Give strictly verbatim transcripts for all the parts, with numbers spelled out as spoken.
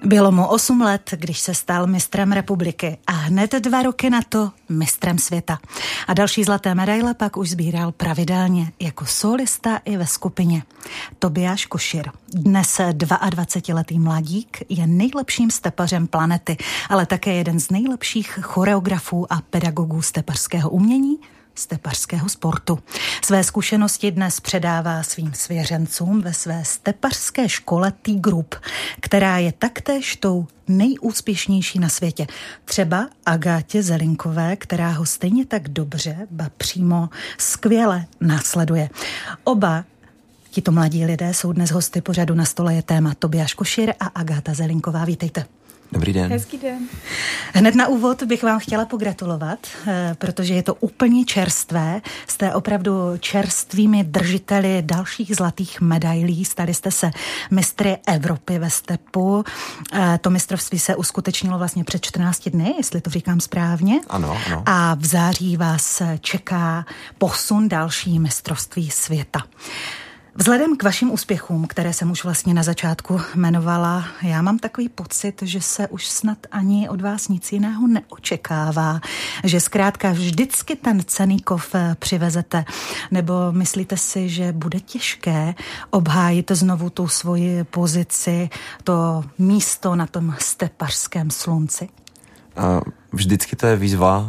Bylo mu osm let, když se stal mistrem republiky a hned dva roky na to mistrem světa. A další zlaté medaile pak už sbíral pravidelně jako solista i ve skupině. Tobiáš Košír, dnes dvacetiletý mladík, je nejlepším stepařem planety, ale také jeden z nejlepších choreografů a pedagogů stepařského umění, stepařského sportu. Své zkušenosti dnes předává svým svěřencům ve své stepařské škole T-Group, která je taktéž tou nejúspěšnější na světě. Třeba Agátě Zelinkové, která ho stejně tak dobře, ba přímo skvěle následuje. Oba tito mladí lidé jsou dnes hosty pořadu Na stole je téma. Tobiáš Košír a Agáta Zelinková. Vítejte. Dobrý den. Hezký den. Hned na úvod bych vám chtěla pogratulovat, protože je to úplně čerstvé. Jste opravdu čerstvými držiteli dalších zlatých medailí. Stali jste se mistry Evropy ve stepu. To mistrovství se uskutečnilo vlastně před čtrnácti dny, jestli to říkám správně. Ano, ano. A v září vás čeká posun další mistrovství světa. Vzhledem k vašim úspěchům, které jsem už vlastně na začátku jmenovala, já mám takový pocit, že se už snad ani od vás nic jiného neočekává, že zkrátka vždycky ten cenný kov přivezete, nebo myslíte si, že bude těžké obhájit znovu tu svoji pozici, to místo na tom stepařském slunci? Vždycky to je výzva.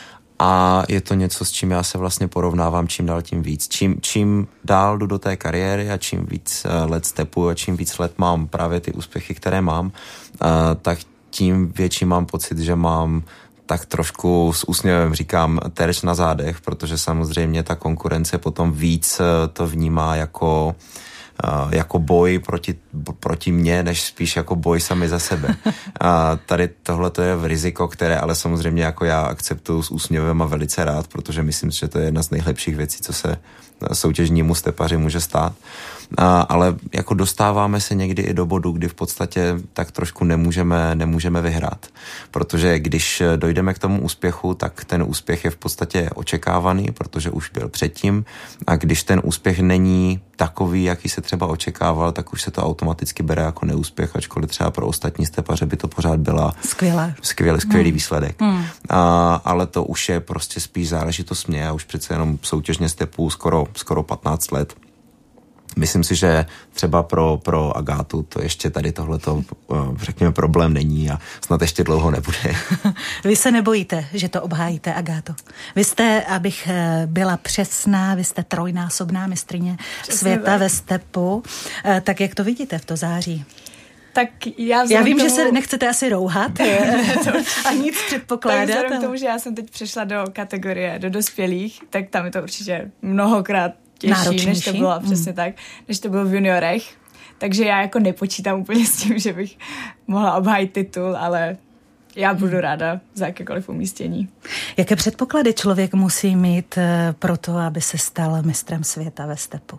A je to něco, s čím já se vlastně porovnávám čím dál tím víc. Čím, čím dál jdu do té kariéry a čím víc let stepuju a čím víc let mám právě ty úspěchy, které mám, tak tím větší mám pocit, že mám tak trošku s úsměvem říkám terč na zádech, protože samozřejmě ta konkurence potom víc to vnímá jako jako boj proti, proti mně, než spíš jako boj sami za sebe. A tady tohle to je riziko, které ale samozřejmě jako já akceptuju s úsměvem a velice rád, protože myslím, že to je jedna z nejlepších věcí, co se soutěžnímu stepaři může stát. A, ale jako dostáváme se někdy i do bodu, kdy v podstatě tak trošku nemůžeme, nemůžeme vyhrát. Protože když dojdeme k tomu úspěchu, tak ten úspěch je v podstatě očekávaný, protože už byl předtím. A když ten úspěch není takový, jaký se třeba očekával, tak už se to automaticky bere jako neúspěch, ačkoliv třeba pro ostatní stepaře by to pořád byla Skvělé. skvělý, skvělý hmm. výsledek. Hmm. A, ale to už je prostě spíš záležitost mě. Já už přece jenom soutěžně stepu skoro, skoro patnáct let. Myslím si, že třeba pro, pro Agátu to ještě tady tohleto, řekněme, problém není a snad ještě dlouho nebude. Vy se nebojíte, že to obhájíte, Agáto? Vy jste, abych byla přesná, vy jste trojnásobná mistryně Přesně světa tak. ve stepu. Tak jak to vidíte v to září? Tak já, já vím, tomu... že se nechcete asi rouhat a nic předpokládat. Tak vzhledem k tomu, že já jsem teď přešla do kategorie do dospělých, tak tam je to určitě mnohokrát těžší, než to bylo, přesně mm. tak, než to bylo v juniorech. Takže já jako nepočítám úplně s tím, že bych mohla obhájit titul, ale já budu ráda za jakékoliv umístění. Jaké předpoklady člověk musí mít pro to, aby se stal mistrem světa ve stepu?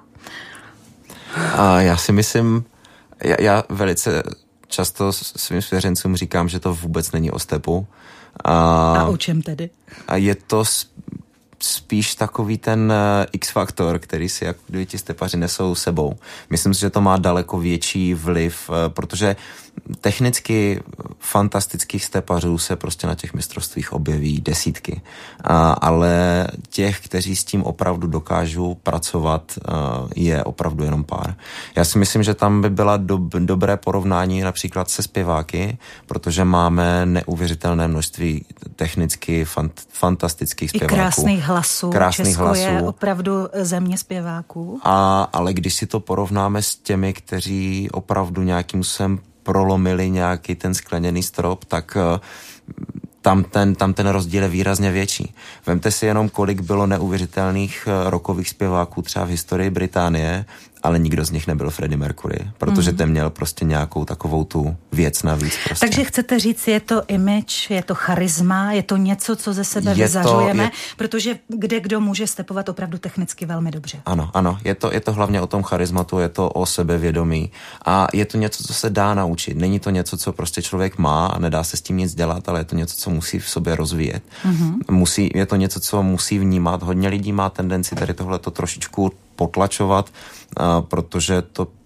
A já si myslím, já, já velice často svým svěřencům říkám, že to vůbec není o stepu. A, a o čem tedy? A je to spíš takový ten X-faktor, který si jako kdyby ti stepaři nesou sebou. Myslím si, že to má daleko větší vliv, protože technicky fantastických stepařů se prostě na těch mistrovstvích objeví desítky. A, ale těch, kteří s tím opravdu dokážou pracovat, je opravdu jenom pár. Já si myslím, že tam by byla do, dobré porovnání například se zpěváky, protože máme neuvěřitelné množství technicky fant, fantastických zpěváků. I krásných hlasů. Krásných Česko hlasů. je opravdu země zpěváků. A, ale když si to porovnáme s těmi, kteří opravdu nějakým způsobem prolomili nějaký ten skleněný strop, tak tam ten, tam ten rozdíl je výrazně větší. Vemte si jenom, kolik bylo neuvěřitelných rockových zpěváků třeba v historii Británie, ale nikdo z nich nebyl Freddie Mercury, protože mm. ten měl prostě nějakou takovou tu věc navíc. Prostě. Takže chcete říct, je to image, je to charisma, je to něco, co ze sebe je vyzařujeme, to, je... protože kde kdo může stepovat opravdu technicky velmi dobře. Ano, ano, je to, je to hlavně o tom charismatu, je to o sebevědomí a je to něco, co se dá naučit. Není to něco, co prostě člověk má a nedá se s tím nic dělat, ale je to něco, co musí v sobě rozvíjet. Mm-hmm. Musí, je to něco, co musí vnímat. Hodně lidí má tendenci tady tohleto trošičku potlačovat, protože to při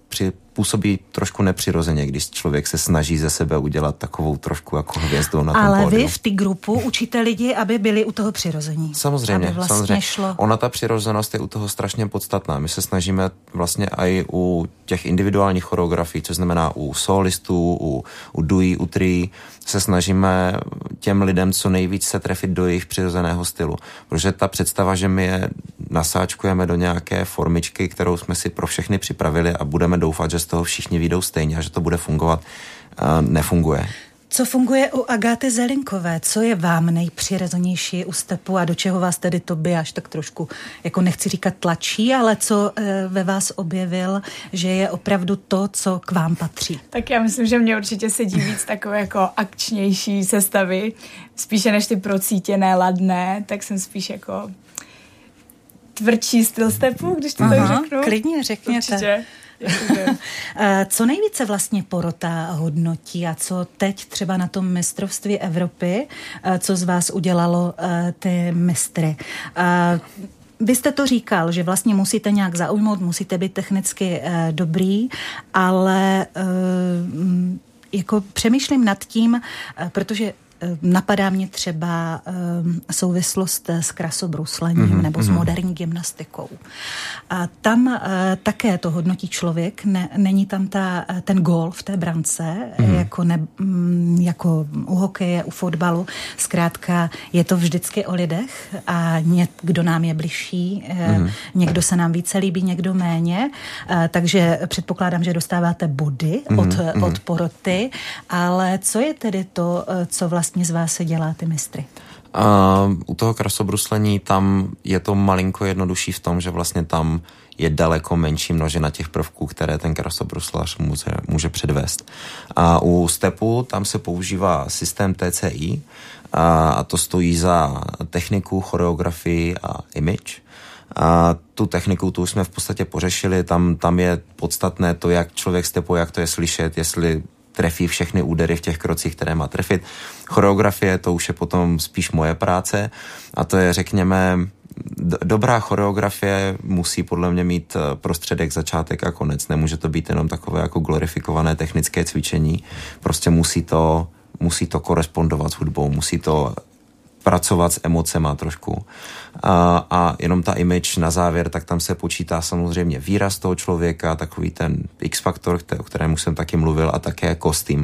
působí trošku nepřirozeně, když člověk se snaží ze sebe udělat takovou trošku jako hvězdu na tom Ale pódiu. vy v té grupu učíte lidi, aby byli u toho přirození. Samozřejmě, aby vlastně samozřejmě. Šlo... Ona ta přirozenost je u toho strašně podstatná. My se snažíme vlastně i u těch individuálních choreografií, což znamená u solistů, u, u duí, u trií, se snažíme těm lidem co nejvíc se trefit do jejich přirozeného stylu. Protože ta představa, že my je nasáčkujeme do nějaké formičky, kterou jsme si pro všechny připravili a budeme doufat, že z toho všichni vyjdou stejně a že to bude fungovat, nefunguje. Co funguje u Agáty Zelinkové? Co je vám nejpřirozenější u stepu a do čeho vás tedy Tobiáš tak trošku, jako nechci říkat tlačí, ale co e, ve vás objevil, že je opravdu to, co k vám patří? Tak já myslím, že mě určitě sedí víc takové jako akčnější sestavy, spíše než ty procítěné, ladné, tak jsem spíš jako tvrdší styl stepu, když to tak řeknu. Klidně řekněte. Určitě. Co nejvíce vlastně porota hodnotí a co teď třeba na tom mistrovství Evropy, co z vás udělalo ty mistry? Vy jste to říkal, že vlastně musíte nějak zaujmout, musíte být technicky dobrý, ale jako přemýšlím nad tím, protože napadá mě třeba um, souvislost s krasobruslením mm-hmm, nebo s mm-hmm. moderní gymnastikou. A tam uh, také to hodnotí člověk, ne, není tam ta, ten gól v té brance, mm-hmm. jako, ne, um, jako u hokeje, u fotbalu. Zkrátka je to vždycky o lidech a někdo nám je bližší, mm-hmm. uh, někdo se nám více líbí, někdo méně, uh, takže předpokládám, že dostáváte body mm-hmm, od, mm-hmm. od poroty, ale co je tedy to, co vlastně z vás se dělá ty mistry? Uh, u toho krasobruslení tam je to malinko jednodušší v tom, že vlastně tam je daleko menší množina těch prvků, které ten krasobruslař může, může předvést. A u stepu tam se používá systém T C I a, a to stojí za techniku, choreografii a image. A tu techniku, tu už jsme v podstatě pořešili, tam, tam je podstatné to, jak člověk stepuje, jak to je slyšet, jestli trefí všechny údery v těch krocích, které má trefit. Choreografie, to už je potom spíš moje práce a to je, řekněme, d- dobrá choreografie musí podle mě mít prostředek, začátek a konec. Nemůže to být jenom takové jako glorifikované technické cvičení. Prostě musí to, musí to korespondovat s hudbou, musí to pracovat s emocema trošku. A, a jenom ta image na závěr, tak tam se počítá samozřejmě výraz toho člověka, takový ten X-faktor, o kterém jsem taky mluvil, a také kostým,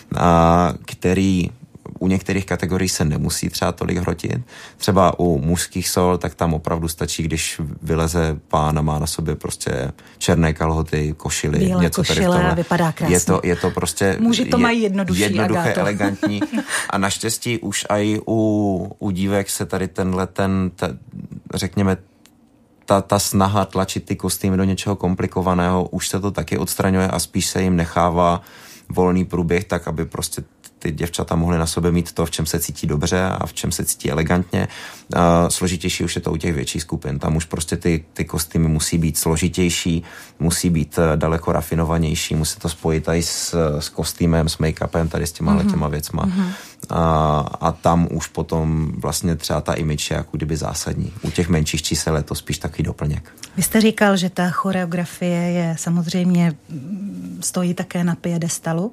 a, který u některých kategorií se nemusí třeba tolik hrotit. Třeba u mužských sol, tak tam opravdu stačí, když vyleze pán a má na sobě prostě černé kalhoty, košily, bílé něco košile tady v tomhle. A vypadá krásně. Je to, je to prostě muži to je, mají jednodušší, jednoduché, Agáto. elegantní. A naštěstí už i u, u dívek se tady tenhle ten, ta, řekněme, ta, ta snaha tlačit ty kostýmy do něčeho komplikovaného, už se to taky odstraňuje a spíš se jim nechává volný průběh, tak aby prostě ty děvčata mohly na sobě mít to, v čem se cítí dobře a v čem se cítí elegantně. Uh, složitější už je to u těch větších skupin. Tam už prostě ty, ty kostýmy musí být složitější, musí být daleko rafinovanější, musí to spojit i s, s kostýmem, s make-upem, tady s těma mm-hmm. těma věcma. Mm-hmm. A, a tam už potom vlastně třeba ta image je jako kdyby zásadní. U těch menších čísel je to spíš takový doplněk. Vy jste říkal, že ta choreografie je samozřejmě stojí také na piedestalu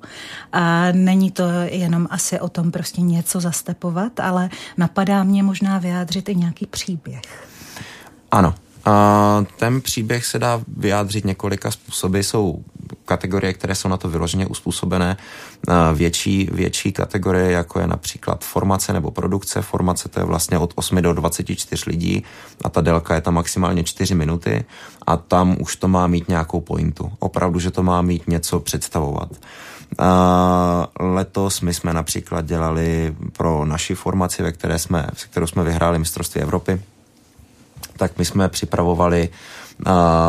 a není to jenom asi o tom prostě něco zastepovat, ale napadá mě možná vyjádřit i nějaký příběh. Ano. A ten příběh se dá vyjádřit několika způsoby. Jsou kategorie, které jsou na to vyloženě uspůsobené. Větší, větší kategorie, jako je například formace nebo produkce. Formace to je vlastně od osmi do dvaceti čtyř lidí a ta délka je tam maximálně čtyři minuty a tam už to má mít nějakou pointu. Opravdu, že to má mít něco představovat. A letos my jsme například dělali pro naši formaci, ve které jsme, se kterou jsme vyhráli mistrovství Evropy, tak my jsme připravovali uh,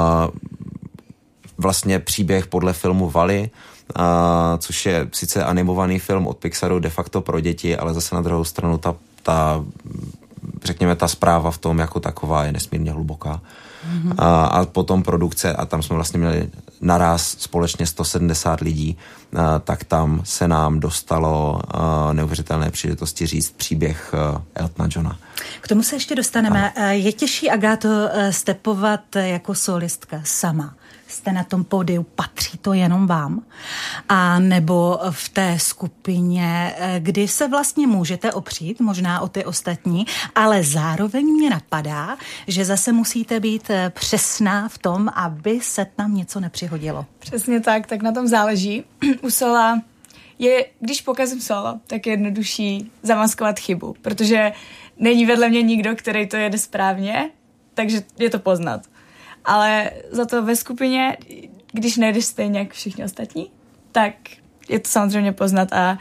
vlastně příběh podle filmu Wall-E, uh, což je sice animovaný film od Pixaru de facto pro děti, ale zase na druhou stranu ta, ta řekněme, ta zpráva v tom jako taková je nesmírně hluboká. Mm-hmm. A, a potom produkce, a tam jsme vlastně měli naraz společně sto sedmdesát lidí, a, tak tam se nám dostalo a, neuvěřitelné příležitosti říct příběh a, Eltona Johna. K tomu se ještě dostaneme. A. Je těžší, Agáto, stepovat jako solistka sama jste na tom pódiu, patří to jenom vám, a nebo v té skupině, kdy se vlastně můžete opřít možná o ty ostatní, ale zároveň mě napadá, že zase musíte být přesná v tom, aby se tam něco nepřihodilo. Přesně tak, tak na tom záleží. U sola je, když pokazím solo, tak je jednodušší zamaskovat chybu, protože není vedle mě nikdo, který to jede správně, takže je to poznat. Ale za to ve skupině, když nejdeš stejně jako všichni ostatní, tak je to samozřejmě poznat a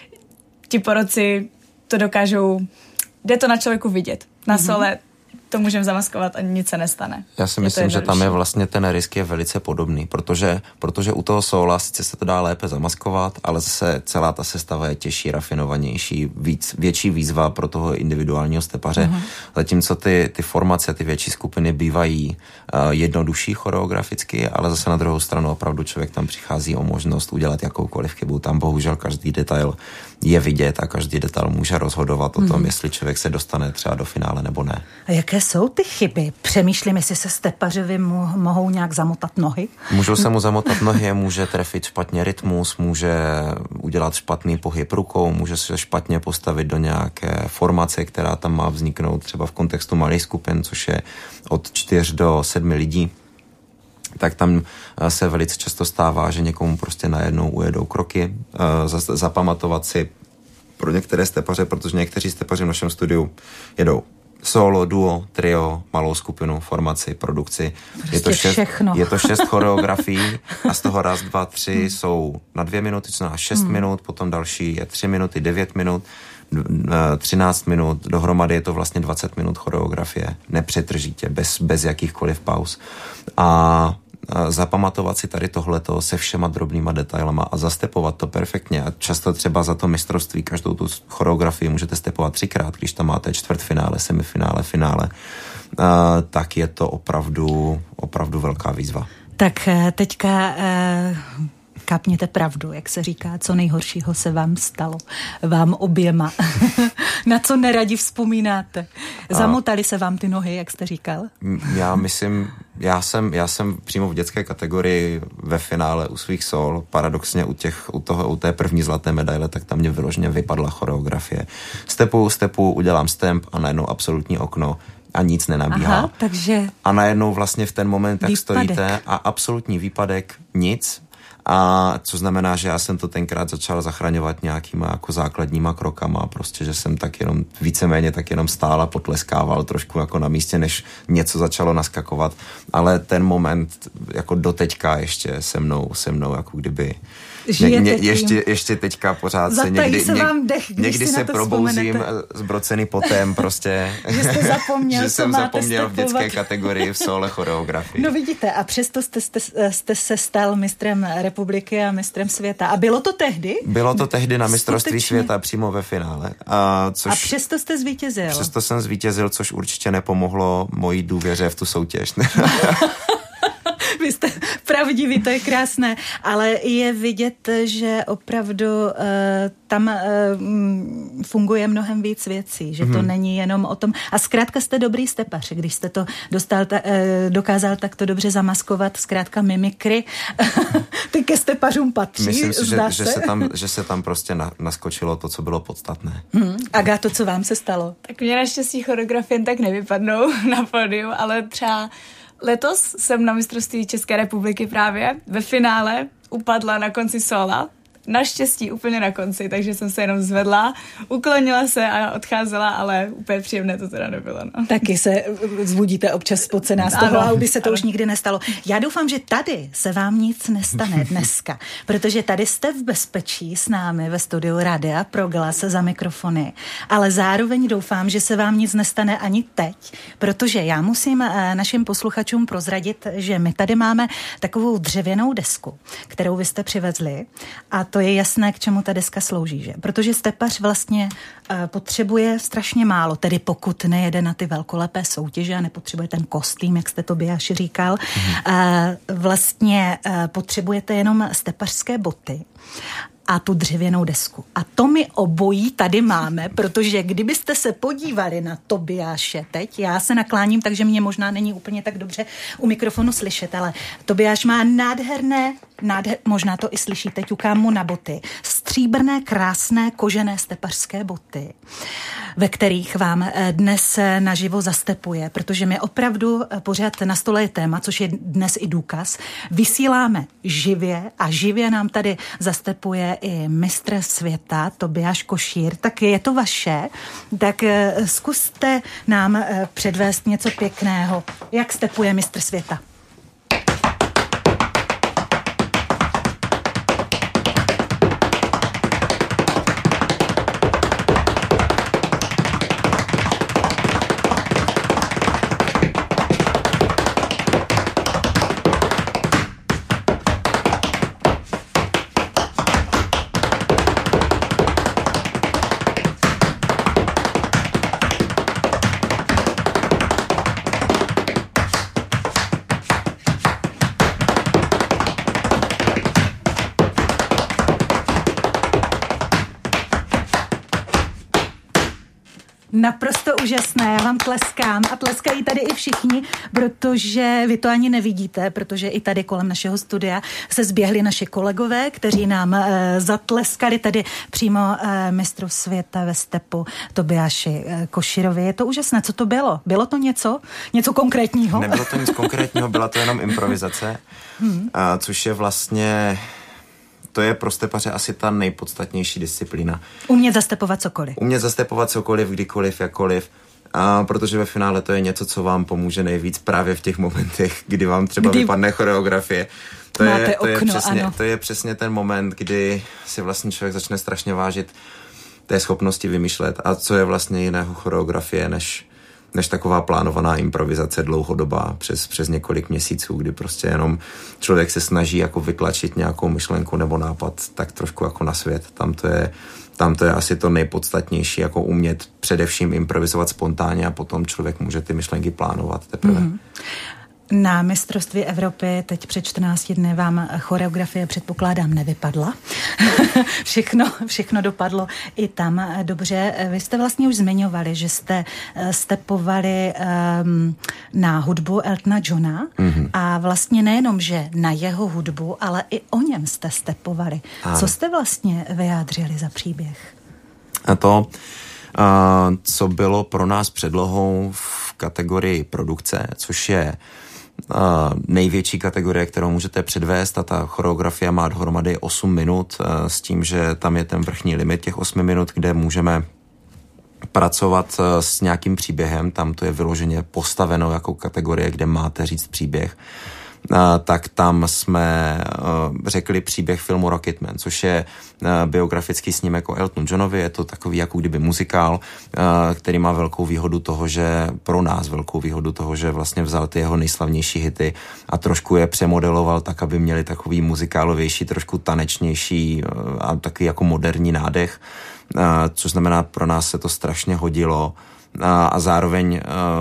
ti poroci to dokážou, jde to na člověku vidět. Na sole to můžeme zamaskovat a nic se nestane. Já si myslím, že tam je vlastně ten risk je velice podobný, protože, protože u toho sóla sice se to dá lépe zamaskovat, ale zase celá ta sestava je těžší, rafinovanější, víc, větší výzva pro toho individuálního stepaře, uh-huh. zatímco ty, ty formace, ty větší skupiny bývají uh, jednodušší choreograficky, ale zase na druhou stranu opravdu člověk tam přichází o možnost udělat jakoukoliv chybu. Tam bohužel každý detail je vidět a každý detail může rozhodovat o tom, uh-huh. jestli člověk se dostane třeba do finále nebo ne. A jaké jsou ty chyby? Přemýšlím, jestli se stepařovi mo- mohou nějak zamotat nohy? Můžou se mu zamotat nohy, může trefit špatně rytmus, může udělat špatný pohyb rukou, může se špatně postavit do nějaké formace, která tam má vzniknout třeba v kontextu malých skupin, což je od čtyř do sedmi lidí. Tak tam se velice často stává, že někomu prostě najednou ujedou kroky, zapamatovat si pro některé stepaře, protože někteří stepaři v našem studiu jedou solo, duo, trio, malou skupinu, formaci, produkci. Prostě je to šest, všechno. Je to šest choreografií a z toho raz, dva, tři hmm. jsou na dvě minuty, co na šest hmm. minut, potom další je tři minuty, devět minut, třináct minut, dohromady je to vlastně dvacet minut choreografie, nepřetržitě, bez, bez jakýchkoliv pauz. A zapamatovat si tady tohleto se všema drobnýma detailama a zastepovat to perfektně. A často třeba za to mistrovství každou tu choreografii můžete stepovat třikrát, když tam máte čtvrtfinále, semifinále, finále, uh, tak je to opravdu, opravdu velká výzva. Tak teďka uh, kapněte pravdu, jak se říká, co nejhoršího se vám stalo, vám oběma. Na co neradi vzpomínáte? Zamotali se vám ty nohy, jak jste říkal? Já myslím, já jsem, já jsem přímo v dětské kategorii ve finále u svých sol, paradoxně u, těch, u, toho, u té první zlaté medaile, tak tam mě vyloženě vypadla choreografie. Stepu, stepu, udělám stemp a najednou absolutní okno a nic nenabíhá. Aha, takže a najednou vlastně v ten moment tak výpadek. Stojíte a absolutní výpadek, nic. A co znamená, že já jsem to tenkrát začal zachraňovat nějakýma jako základníma krokama, prostě, že jsem tak jenom víceméně tak jenom stál a potleskával trošku jako na místě, než něco začalo naskakovat, ale ten moment jako doteďka ještě se mnou, se mnou jako kdyby ně, ně, ještě, ještě teďka pořád Zatají se někdy, se vám dech, někdy se probouzím vzpomenete. Zbrocený potem prostě, že jste zapomněl, že jsem zapomněl stepovat. v dětské kategorii v sole choreografii. No vidíte, a přesto jste, jste, jste se stal mistrem republiky a mistrem světa. A bylo to tehdy? Bylo to tehdy na mistrovství Skutečně? světa přímo ve finále. A, což, a přesto jste zvítězil? Přesto jsem zvítězil, což určitě nepomohlo mojí důvěře v tu soutěž. Vy jste pravdiví, to je krásné, ale je vidět, že opravdu uh, tam uh, funguje mnohem víc věcí, že to mm-hmm. není jenom o tom. A zkrátka jste dobrý stepař, když jste to dostal, ta, uh, dokázal takto dobře zamaskovat, zkrátka mimikry, ty ke stepařům patří. Myslím si, že, že, se tam, že se tam prostě na, naskočilo to, co bylo podstatné. Hmm. Agáto, co vám se stalo? Tak mě naštěstí choreografie tak nevypadnou na pódiu, ale třeba letos jsem na mistrovství České republiky právě ve finále upadla na konci sola. Naštěstí úplně na konci, takže jsem se jenom zvedla, uklonila se a odcházela, ale úplně příjemné to teda nebylo. No. Taky se zbudíte občas spocená z toho, ale by se to ano. už nikdy nestalo. Já doufám, že tady se vám nic nestane dneska, protože tady jste v bezpečí s námi ve studiu Rádia Proglas za mikrofony, ale zároveň doufám, že se vám nic nestane ani teď, protože já musím našim posluchačům prozradit, že my tady máme takovou dřevěnou desku, kterou vy jste přivezli, a to je jasné, k čemu ta deska slouží, že? Protože stepař vlastně uh, potřebuje strašně málo, tedy pokud nejede na ty velkolepé soutěže a nepotřebuje ten kostým, jak jste to Biáši říkal, mm. uh, vlastně uh, potřebujete jenom stepařské boty a tu dřevěnou desku. A to my obojí tady máme, protože kdybyste se podívali na Tobiáše teď, já se nakláním, takže mě možná není úplně tak dobře u mikrofonu slyšet, ale Tobiáš má nádherné, nádher, možná to i slyšíte, ťukám mu na boty, stříbrné, krásné, kožené stepařské boty, ve kterých vám dnes naživo zastepuje, protože my opravdu pořád na stole je téma, což je dnes i důkaz. Vysíláme živě a živě nám tady zastepuje i mistr světa Tobiáš Košír. Tak je to vaše, tak zkuste nám předvést něco pěkného. Jak stepuje mistr světa? Naprosto úžasné, já vám tleskám a tleskají tady i všichni, protože vy to ani nevidíte, protože i tady kolem našeho studia se zběhli naši kolegové, kteří nám e, zatleskali tady přímo e, mistru světa ve stepu Tobiáši e, Košírovi. Je to úžasné, co to bylo? Bylo to něco? Něco konkrétního? Nebylo to nic konkrétního, byla to jenom improvizace, hmm. a, což je vlastně... To je pro stepaře asi ta nejpodstatnější disciplína. Umět zastepovat cokoliv. Umět zastepovat cokoliv, kdykoliv, jakkoliv. A protože ve finále to je něco, co vám pomůže nejvíc právě v těch momentech, kdy vám třeba kdy vypadne choreografie. To je, to, okno, je přesně, to je přesně ten moment, kdy si vlastně člověk začne strašně vážit té schopnosti vymýšlet. A co je vlastně jiného choreografie, než než taková plánovaná improvizace dlouhodobá přes, přes několik měsíců, kdy prostě jenom člověk se snaží jako vytlačit nějakou myšlenku nebo nápad tak trošku jako na svět. Tam to je, tam to je asi to nejpodstatnější, jako umět především improvizovat spontánně a potom člověk může ty myšlenky plánovat teprve. Mm-hmm. Na mistrovství Evropy teď před čtrnácti dny vám choreografie, předpokládám, nevypadla. všechno, všechno dopadlo i tam dobře. Vy jste vlastně už zmiňovali, že jste stepovali um, na hudbu Eltona Johna mm-hmm. a vlastně nejenom, že na jeho hudbu, ale i o něm jste stepovali. A. Co jste vlastně vyjádřili za příběh? A to... Uh, co bylo pro nás předlohou v kategorii produkce, což je uh, největší kategorie, kterou můžete předvést, a ta choreografie má dohromady osm minut uh, s tím, že tam je ten vrchní limit těch osmi minut, kde můžeme pracovat uh, s nějakým příběhem, tam to je vyloženě postaveno jako kategorie, kde máte říct příběh. Uh, tak tam jsme uh, řekli příběh filmu Rocketman, což je uh, biografický snímek o Eltonu Johnovi. Je to takový jako kdyby muzikál, uh, který má velkou výhodu toho, že pro nás velkou výhodu toho, že vlastně vzal ty jeho nejslavnější hity a trošku je přemodeloval tak, aby měli takový muzikálovější, trošku tanečnější uh, a takový jako moderní nádech, uh, což znamená, pro nás se to strašně hodilo. A zároveň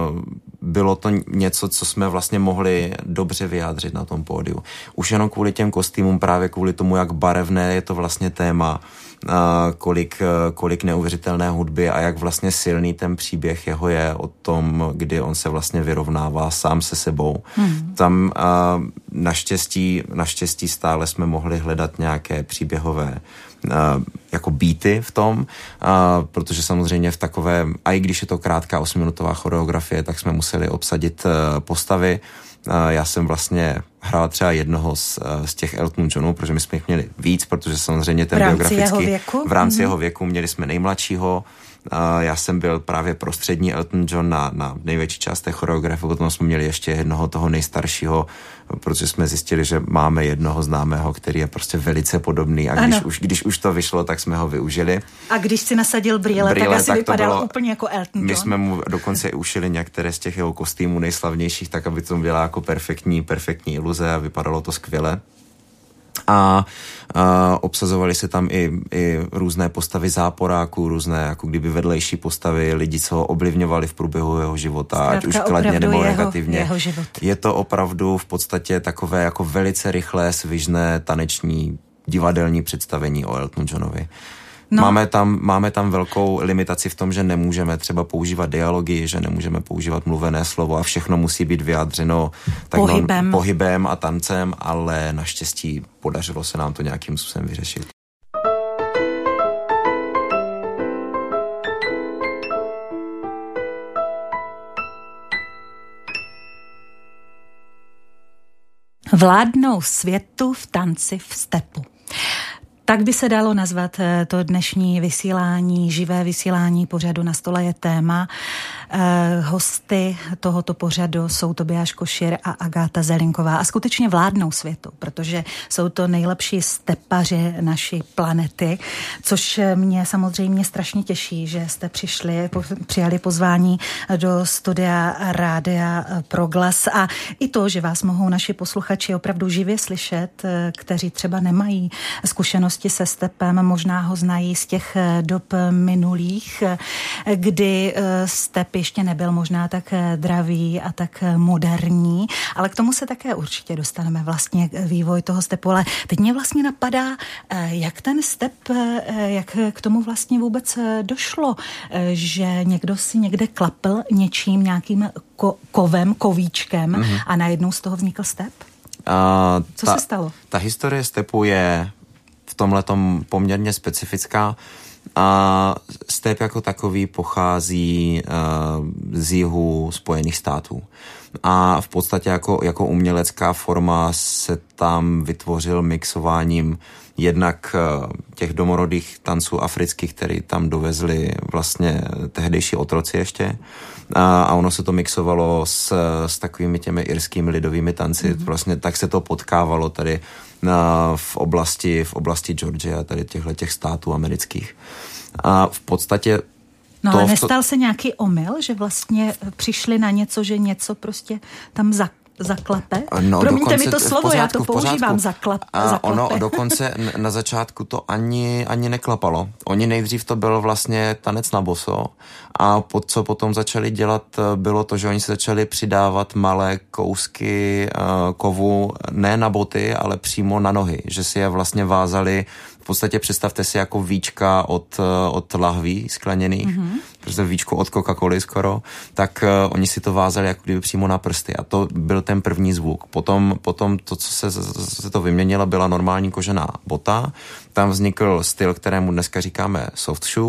bylo to něco, co jsme vlastně mohli dobře vyjádřit na tom pódiu. Už jenom kvůli těm kostýmům, právě kvůli tomu, jak barevné je to vlastně téma, kolik, kolik neuvěřitelné hudby a jak vlastně silný ten příběh jeho je o tom, kdy on se vlastně vyrovnává sám se sebou. Hmm. Tam naštěstí, naštěstí stále jsme mohli hledat nějaké příběhové Uh, jako beaty v tom, uh, protože samozřejmě v takové, a i když je to krátká osmiminutová choreografie, tak jsme museli obsadit uh, postavy. Uh, já jsem vlastně hrál třeba jednoho z, uh, z těch Elton Johnů, protože my jsme jich měli víc, protože samozřejmě ten biografický v rámci mm-hmm. jeho věku měli jsme nejmladšího. Uh, já jsem byl právě prostřední Elton John na, na největší část té choreografie, potom jsme měli ještě jednoho toho nejstaršího, protože jsme zjistili, že máme jednoho známého, který je prostě velice podobný, a když už, když už to vyšlo, tak jsme ho využili. A když si nasadil brýle, brýle tak asi tak vypadal bylo, úplně jako Elton John. My jsme mu dokonce ušili některé z těch jeho kostýmů nejslavnějších, tak aby to byla jako perfektní, perfektní iluze a vypadalo to skvěle. A, a obsazovali se tam i, i různé postavy záporáků, různé jako kdyby vedlejší postavy, lidi, co ho ovlivňovali v průběhu jeho života, zkrátka, ať už kladně nebo jeho, negativně. Jeho je to opravdu v podstatě takové jako velice rychlé, svižné, taneční divadelní představení o Eltonu Johnovi. No. Máme tam, máme tam velkou limitaci v tom, že nemůžeme třeba používat dialogy, že nemůžeme používat mluvené slovo a všechno musí být vyjádřeno tak pohybem. No, pohybem a tancem, ale naštěstí podařilo se nám to nějakým způsobem vyřešit. Vládnou světu v tanci v stepu. Tak by se dalo nazvat to dnešní vysílání, živé vysílání pořadu Na stole je téma. Eh, hosty tohoto pořadu jsou Tobiáš Košír a Agáta Zelinková a skutečně vládnou světu, protože jsou to nejlepší stepaři naší planety, což mě samozřejmě strašně těší, že jste přišli, po, přijali pozvání do studia Rádia Proglas a i to, že vás mohou naši posluchači opravdu živě slyšet, kteří třeba nemají zkušenosti se stepem, možná ho znají z těch dob minulých, kdy step ještě nebyl možná tak dravý a tak moderní, ale k tomu se také určitě dostaneme vlastně vývoj toho stepu, ale teď mě vlastně napadá, jak ten step, jak k tomu vlastně vůbec došlo, že někdo si někde klapl něčím, nějakým ko- kovem, kovíčkem mm-hmm. a najednou z toho vznikl step? Uh, Co ta, se stalo? Ta historie stepu je v tomhletom poměrně specifická. A step jako takový pochází uh, z jihu Spojených států. A v podstatě jako, jako umělecká forma se tam vytvořil mixováním jednak uh, těch domorodých tanců afrických, který tam dovezli vlastně tehdejší otroci ještě. A, a ono se to mixovalo s, s takovými těmi irskými lidovými tanci. Mm-hmm. Vlastně tak se to potkávalo tady na, v oblasti, v oblasti Georgia, tady těchto těch států amerických. A v podstatě No to, ale nestal se nějaký omyl, že vlastně přišli na něco, že něco prostě tam za, zaklape? No, Promiňte mi to slovo, pořádku, já to používám, zaklap, a zaklape. Ono dokonce na začátku to ani, ani neklapalo. Oni nejdřív to byl vlastně tanec na boso a pod, co potom začali dělat, bylo to, že oni se začali přidávat malé kousky uh, kovu ne na boty, ale přímo na nohy, že si je vlastně vázali. V podstatě představte si jako víčka od, od lahví skleněných, mm-hmm. prostě víčko od Coca-Coly skoro, tak uh, oni si to vázali jako kdyby přímo na prsty a to byl ten první zvuk. Potom, potom to, co se, se to vyměnilo, byla normální kožená bota, tam vznikl styl, kterému dneska říkáme soft shoe.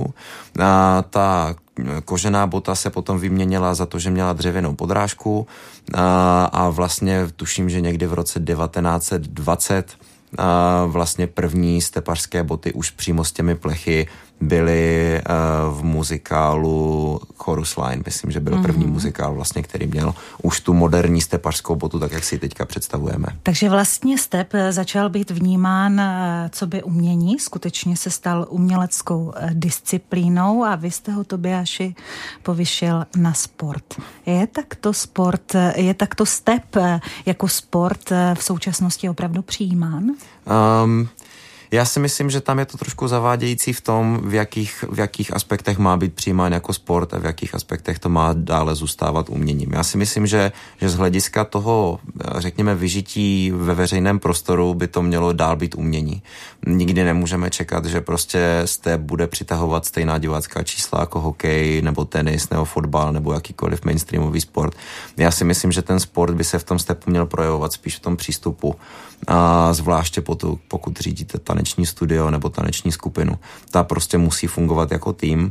A ta kožená bota se potom vyměnila za to, že měla dřevěnou podrážku a, a vlastně tuším, že někdy v roce devatenáct set dvacet a vlastně první stepařské boty už přímo s těmi plechy byly uh, v muzikálu Chorus Line. Myslím, že byl mm-hmm. první muzikál vlastně, který měl už tu moderní stepařskou botu, tak jak si ji teďka představujeme. Takže vlastně step začal být vnímán co by umění, skutečně se stal uměleckou disciplínou a vy jste ho, Tobiáši, povyšil na sport. Je takto sport, je takto step jako sport v současnosti opravdu přijímán? Um, Já si myslím, že tam je to trošku zavádějící v tom, v jakých, v jakých aspektech má být přijímán jako sport a v jakých aspektech to má dále zůstávat uměním. Já si myslím, že, že z hlediska toho, řekněme, vyžití ve veřejném prostoru by to mělo dál být umění. Nikdy nemůžeme čekat, že prostě step bude přitahovat stejná divácká čísla jako hokej, nebo tenis, nebo fotbal, nebo jakýkoliv mainstreamový sport. Já si myslím, že ten sport by se v tom stepu měl projevovat spíš v tom přístupu. A zvláště pokud, pokud řídíte taneční studio nebo taneční skupinu. Ta prostě musí fungovat jako tým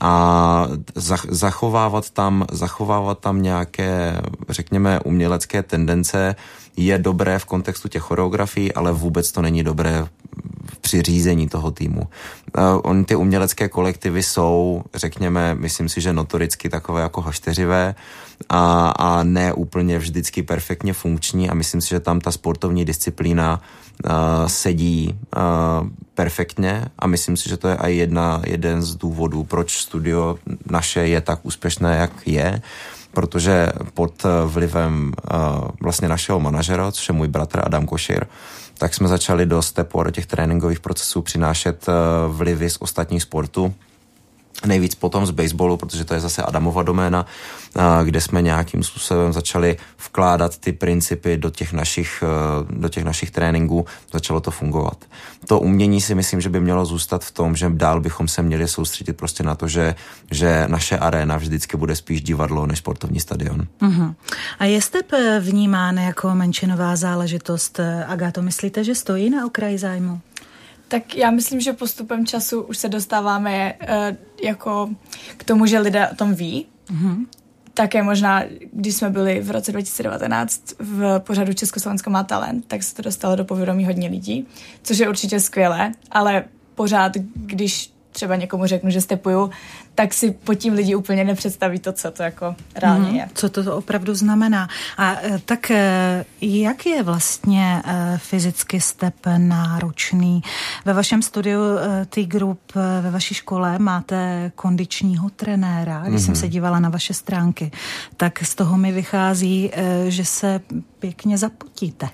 a zachovávat tam, zachovávat tam nějaké, řekněme, umělecké tendence je dobré v kontextu těch choreografií, ale vůbec to není dobré při řízení toho týmu. Uh, oni ty umělecké kolektivy jsou, řekněme, myslím si, že notoricky takové jako hašteřivé a, a ne úplně vždycky perfektně funkční a myslím si, že tam ta sportovní disciplína uh, sedí uh, perfektně a myslím si, že to je i jedna, jeden z důvodů, proč studio naše je tak úspěšné, jak je, protože pod vlivem uh, vlastně našeho manažera, což je můj bratr Adam Košír, tak jsme začali do stepu a do těch tréninkových procesů přinášet uh, vlivy z ostatních sportů nejvíc potom z baseballu, protože to je zase Adamova doména, kde jsme nějakým způsobem začali vkládat ty principy do těch našich, do těch našich tréninků, začalo to fungovat. To umění si myslím, že by mělo zůstat v tom, že dál bychom se měli soustředit prostě na to, že, že naše aréna vždycky bude spíš divadlo než sportovní stadion. Uh-huh. A je step vnímán jako menšinová záležitost? Agáto, myslíte, že stojí na okraji zájmu? Tak já myslím, že postupem času už se dostáváme uh, jako k tomu, že lidé o tom ví. Mm-hmm. Také možná, když jsme byli v roce dva tisíce devatenáct v pořadu Československo má talent, tak se to dostalo do povědomí hodně lidí, což je určitě skvělé, ale pořád, když třeba někomu řeknu, že stepuju, tak si pod tím lidi úplně nepředstaví to, co to jako reálně mm, je. Co to opravdu znamená. A tak jak je vlastně fyzicky step náročný? Ve vašem studiu T-Group, ve vaší škole máte kondičního trenéra. Když mm-hmm. jsem se dívala na vaše stránky, tak z toho mi vychází, že se pěkně zapotíte.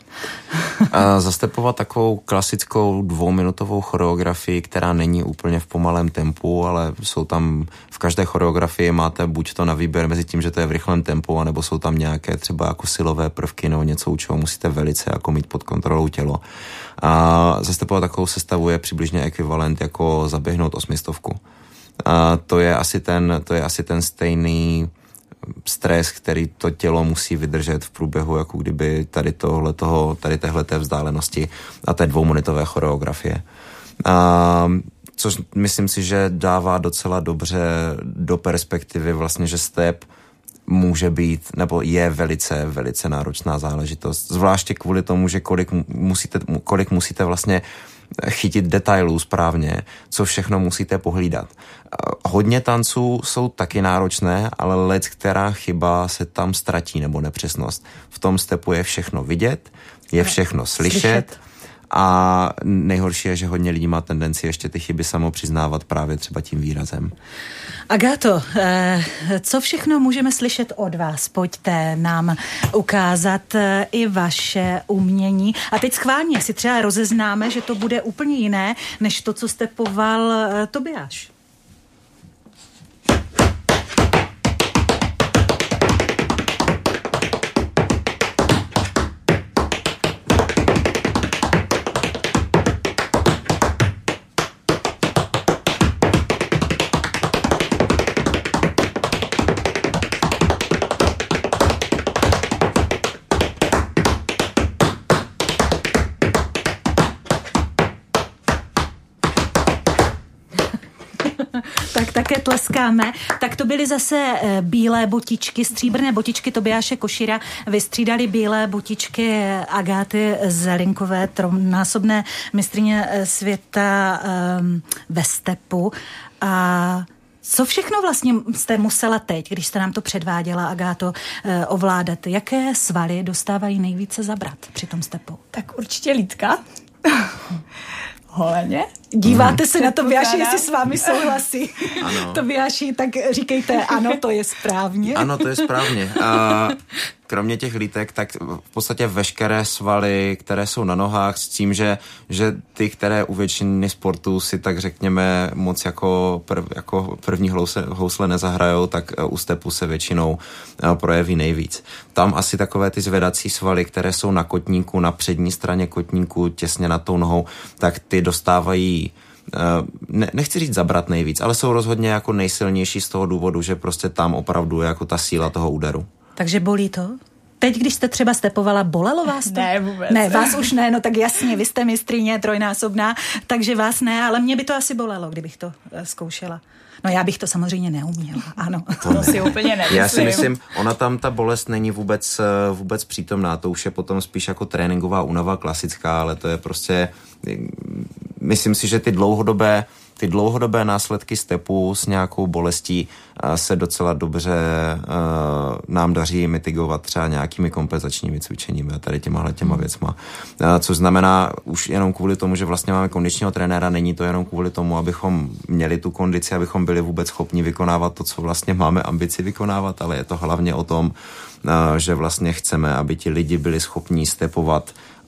A zastepovat takovou klasickou dvouminutovou choreografii, která není úplně v pomalém tempu, ale jsou tam v každé choreografii máte buď to na výběr mezi tím, že to je v rychlém tempu, anebo jsou tam nějaké třeba jako silové prvky nebo něco, u čeho musíte velice jako mít pod kontrolou tělo. A zastepovat takovou sestavu je přibližně ekvivalent jako zaběhnout osmistovku. A to je asi ten, to je asi ten stejný stres, který to tělo musí vydržet v průběhu, jako kdyby tady tohletoho, tady téhleté vzdálenosti a té dvouminutové choreografie. A což myslím si, že dává docela dobře do perspektivy vlastně, že step může být, nebo je velice, velice náročná záležitost. Zvláště kvůli tomu, že kolik musíte, kolik musíte vlastně chytit detailů správně, co všechno musíte pohlídat. Hodně tanců jsou taky náročné, ale lec, která chyba se tam ztratí nebo nepřesnost. V tom stepu je všechno vidět, je všechno slyšet, slyšet. A nejhorší je, že hodně lidí má tendenci ještě ty chyby samo přiznávat právě třeba tím výrazem. Agáto, co všechno můžeme slyšet od vás? Pojďte nám ukázat i vaše umění. A teď schválně si třeba rozeznáme, že to bude úplně jiné, než to, co stepoval Tobiáš. Tak také tleskáme. Tak to byly zase bílé botičky, stříbrné botičky Tobiáše Košíra. Vystřídali bílé botičky Agáty Zelinkové, trojnásobné mistryně světa um, ve stepu. A co všechno vlastně jste musela teď, když jste nám to předváděla, Agáto, ovládat? Jaké svaly dostávají nejvíce zabrat při tom stepu? Tak určitě lítka. Holeně. Díváte se na Tobiáši, jestli s vámi souhlasí. Ano. Tobiáši, tak říkejte, ano, to je správně. Ano, to je správně. A kromě těch lítek, tak v podstatě veškeré svaly, které jsou na nohách, s tím, že, že ty, které u většiny sportů si tak řekněme moc jako, prv, jako první housle, housle nezahrajou, tak u stepu se většinou projeví nejvíc. Tam asi takové ty zvedací svaly, které jsou na kotníku, na přední straně kotníku, těsně nad tou nohou, tak ty dostávají Ne, nechci říct zabrat nejvíc, ale jsou rozhodně jako nejsilnější z toho důvodu, že prostě tam opravdu je jako ta síla toho úderu. Takže bolí to? Teď, když jste třeba stepovala, bolelo vás to? Ne, vůbec. Ne, vás už ne, no tak jasně, vy jste mistryně trojnásobná, takže vás ne, ale mě by to asi bolelo, kdybych to zkoušela. No já bych to samozřejmě neuměla, ano. To, to si úplně nemyslím. Já si myslím, ona tam ta bolest není vůbec, vůbec přítomná, to už je potom spíš jako tréninková únava klasická, ale to je prostě, myslím si, že ty dlouhodobé Ty dlouhodobé následky stepu s nějakou bolestí se docela dobře uh, nám daří mitigovat třeba nějakými kompenzačními cvičeními a tady těmahle těma věcma. Uh, což znamená už jenom kvůli tomu, že vlastně máme kondičního trenéra, není to jenom kvůli tomu, abychom měli tu kondici, abychom byli vůbec schopni vykonávat to, co vlastně máme ambici vykonávat, ale je to hlavně o tom, uh, že vlastně chceme, aby ti lidi byli schopní stepovat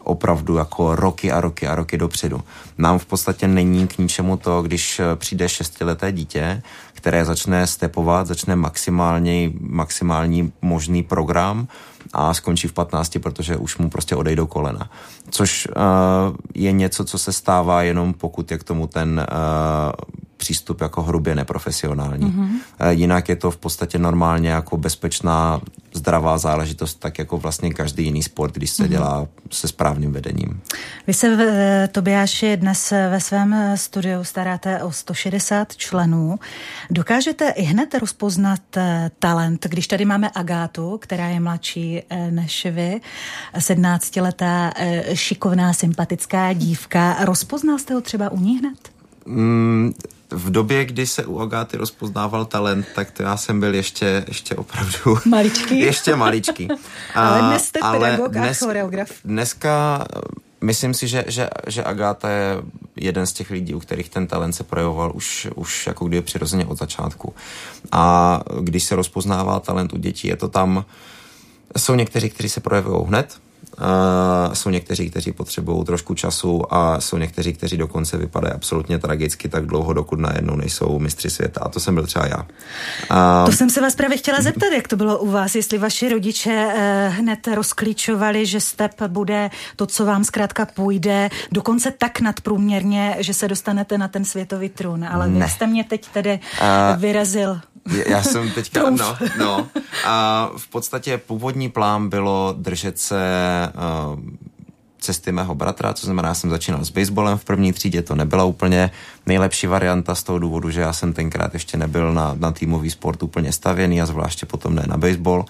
opravdu jako roky a roky a roky dopředu. Nám v podstatě není k ničemu to, když přijde šestileté dítě, které začne stepovat, začne maximálně, maximální možný program a skončí v patnácti, protože už mu prostě odejdou kolena. Což uh, je něco, co se stává jenom pokud je k tomu ten uh, přístup jako hrubě neprofesionální. Mm-hmm. Uh, jinak je to v podstatě normálně jako bezpečná, zdravá záležitost, tak jako vlastně každý jiný sport, když se mm-hmm. dělá se správným vedením. Vy se, v, Tobiáši, dnes ve svém studiu staráte o sto šedesát členů. Dokážete i hned rozpoznat talent, když tady máme Agátu, která je mladší než vy, sedmnáctiletá, šikovná, sympatická dívka. Rozpoznal jste ho třeba u ní hned? Mm, v době, kdy se u Agáty rozpoznával talent, tak to já jsem byl ještě, ještě opravdu... Maličký? ještě maličký. Ale dnes jste pedagog a choreograf. Dneska myslím si, že, že, že Agáta je jeden z těch lidí, u kterých ten talent se projevoval už, už jako kdyby přirozeně od začátku. A když se rozpoznává talent u dětí, je to tam... Jsou někteří, kteří se projevují hned, Uh, jsou někteří, kteří potřebují trošku času a jsou někteří, kteří dokonce vypadají absolutně tragicky tak dlouho, dokud najednou nejsou mistři světa. A to jsem byl třeba já. Uh, to jsem se vás právě chtěla zeptat, jak to bylo u vás, jestli vaši rodiče uh, hned rozklíčovali, že step bude to, co vám zkrátka půjde, dokonce tak nadprůměrně, že se dostanete na ten světový trůn. Ale ne. Vy jste mě teď tedy uh, vyrazil. Já jsem teďka, no, no. A v podstatě původní plán bylo držet se uh, cesty mého bratra, co znamená, já jsem začínal s baseballem v první třídě, to nebyla úplně nejlepší varianta z toho důvodu, že já jsem tenkrát ještě nebyl na, na týmový sport úplně stavěný a zvláště potom ne na baseball.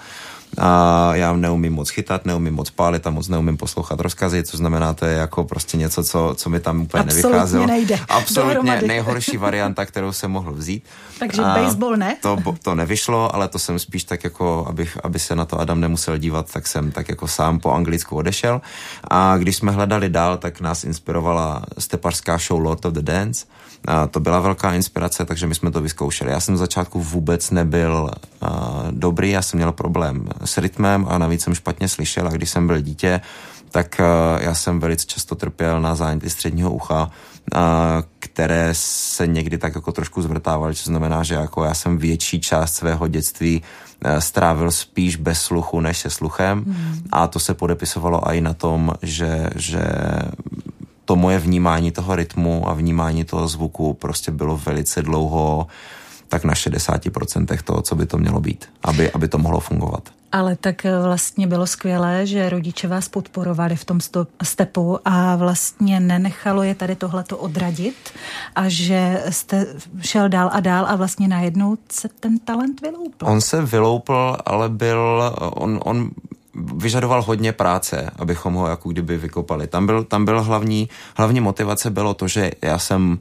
A já neumím moc chytat, neumím moc pálit a moc neumím poslouchat rozkazy, co znamená, to je jako prostě něco, co, co mi tam úplně absolutně nevycházelo. Nejde. Absolutně dohromady. Nejhorší varianta, kterou jsem mohl vzít. Takže a baseball ne? To, to nevyšlo, ale to jsem spíš tak jako, abych, aby se na to Adam nemusel dívat, tak jsem tak jako sám po anglicku odešel. A když jsme hledali dál, tak nás inspirovala stepařská show Lord of the Dance. A to byla velká inspirace, takže my jsme to vyzkoušeli. Já jsem v začátku vůbec nebyl uh, dobrý, já jsem měl problém s rytmem a navíc jsem špatně slyšel a když jsem byl dítě, tak uh, já jsem velice často trpěl na záněty středního ucha, uh, které se někdy tak jako trošku zvrtávaly, což znamená, že jako já jsem větší část svého dětství uh, strávil spíš bez sluchu než se sluchem mm. a to se podepisovalo i na tom, že, že to moje vnímání toho rytmu a vnímání toho zvuku prostě bylo velice dlouho tak na šedesát procent toho, co by to mělo být, aby, aby to mohlo fungovat. Ale tak vlastně bylo skvělé, že rodiče vás podporovali v tom stepu a vlastně nenechalo je tady tohleto odradit a že jste šel dál a dál a vlastně najednou se ten talent vyloupl. On se vyloupl, ale byl... On, on vyžadoval hodně práce, abychom ho jako kdyby vykopali. Tam byl, tam byl hlavní, hlavní motivace bylo to, že já jsem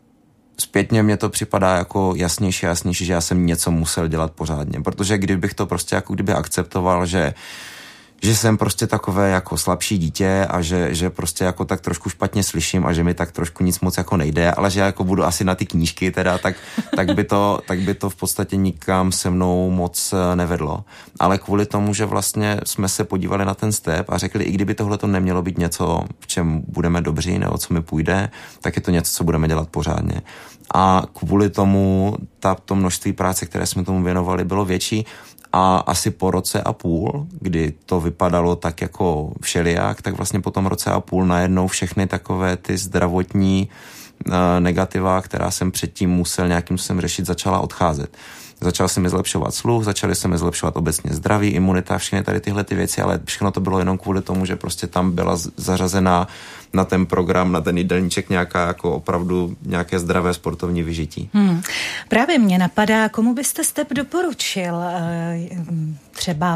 zpětně mně to připadá jako jasnější a jasnější, že já jsem něco musel dělat pořádně, protože kdybych to prostě jako kdyby akceptoval, že že jsem prostě takové jako slabší dítě a že, že prostě jako tak trošku špatně slyším a že mi tak trošku nic moc jako nejde, ale že jako budu asi na ty knížky teda, tak, tak, by to, tak by to v podstatě nikam se mnou moc nevedlo. Ale kvůli tomu, že vlastně jsme se podívali na ten step a řekli, i kdyby tohle to nemělo být něco, v čem budeme dobří nebo co mi půjde, tak je to něco, co budeme dělat pořádně. A kvůli tomu ta, to množství práce, které jsme tomu věnovali, bylo větší. A asi po roce a půl, kdy to vypadalo tak jako všelijak, tak vlastně po tom roce a půl najednou všechny takové ty zdravotní uh, negativa, která jsem předtím musel nějakým způsobem řešit, začala odcházet. Začal se mi zlepšovat sluch, začaly se mi zlepšovat obecně zdraví, imunita, všechny tady tyhle ty věci, ale všechno to bylo jenom kvůli tomu, že prostě tam byla zařazená na ten program, na ten jídelníček nějaká jako opravdu nějaké zdravé sportovní vyžití. Hmm. Právě mě napadá, komu byste step doporučil? Třeba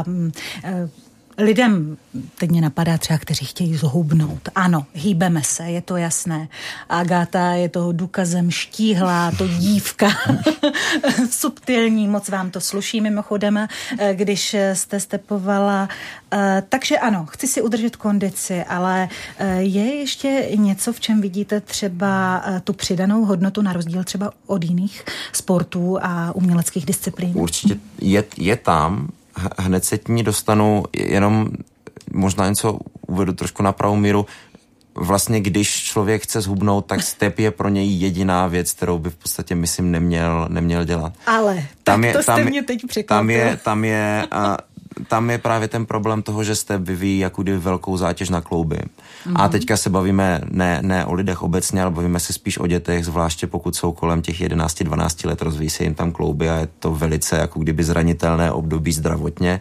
lidem, teď mě napadá třeba, kteří chtějí zhubnout. Ano, hýbeme se, je to jasné. Agáta je toho důkazem, štíhlá, to dívka, subtilní, moc vám to sluší mimochodem, když jste stepovala. Takže ano, chci si udržet kondici, ale je ještě něco, v čem vidíte třeba tu přidanou hodnotu na rozdíl třeba od jiných sportů a uměleckých disciplín? Určitě je, je tam. Hned se k ní dostanu, jenom možná něco uvedu trošku na pravou míru, vlastně když člověk chce zhubnout, tak step je pro něj jediná věc, kterou by v podstatě, myslím, neměl, neměl dělat. Ale, tam tak je, to jste tam, mě teď překvapil. Tam je, tam je, a, tam je právě ten problém toho, že step vyvíjí jako kdyby velkou zátěž na klouby. Mm-hmm. A teďka se bavíme ne, ne o lidech obecně, ale bavíme se spíš o dětech, zvláště pokud jsou kolem těch jedenáct dvanáct let, rozvíjí se jim tam klouby a je to velice jako kdyby zranitelné období zdravotně.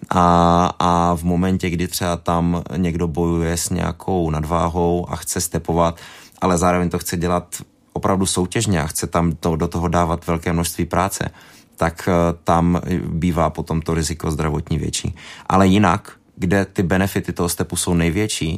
A, a v momentě, kdy třeba tam někdo bojuje s nějakou nadváhou a chce stepovat, ale zároveň to chce dělat opravdu soutěžně a chce tam to, do toho dávat velké množství práce, tak tam bývá potom to riziko zdravotní větší. Ale jinak, kde ty benefity toho stepu jsou největší,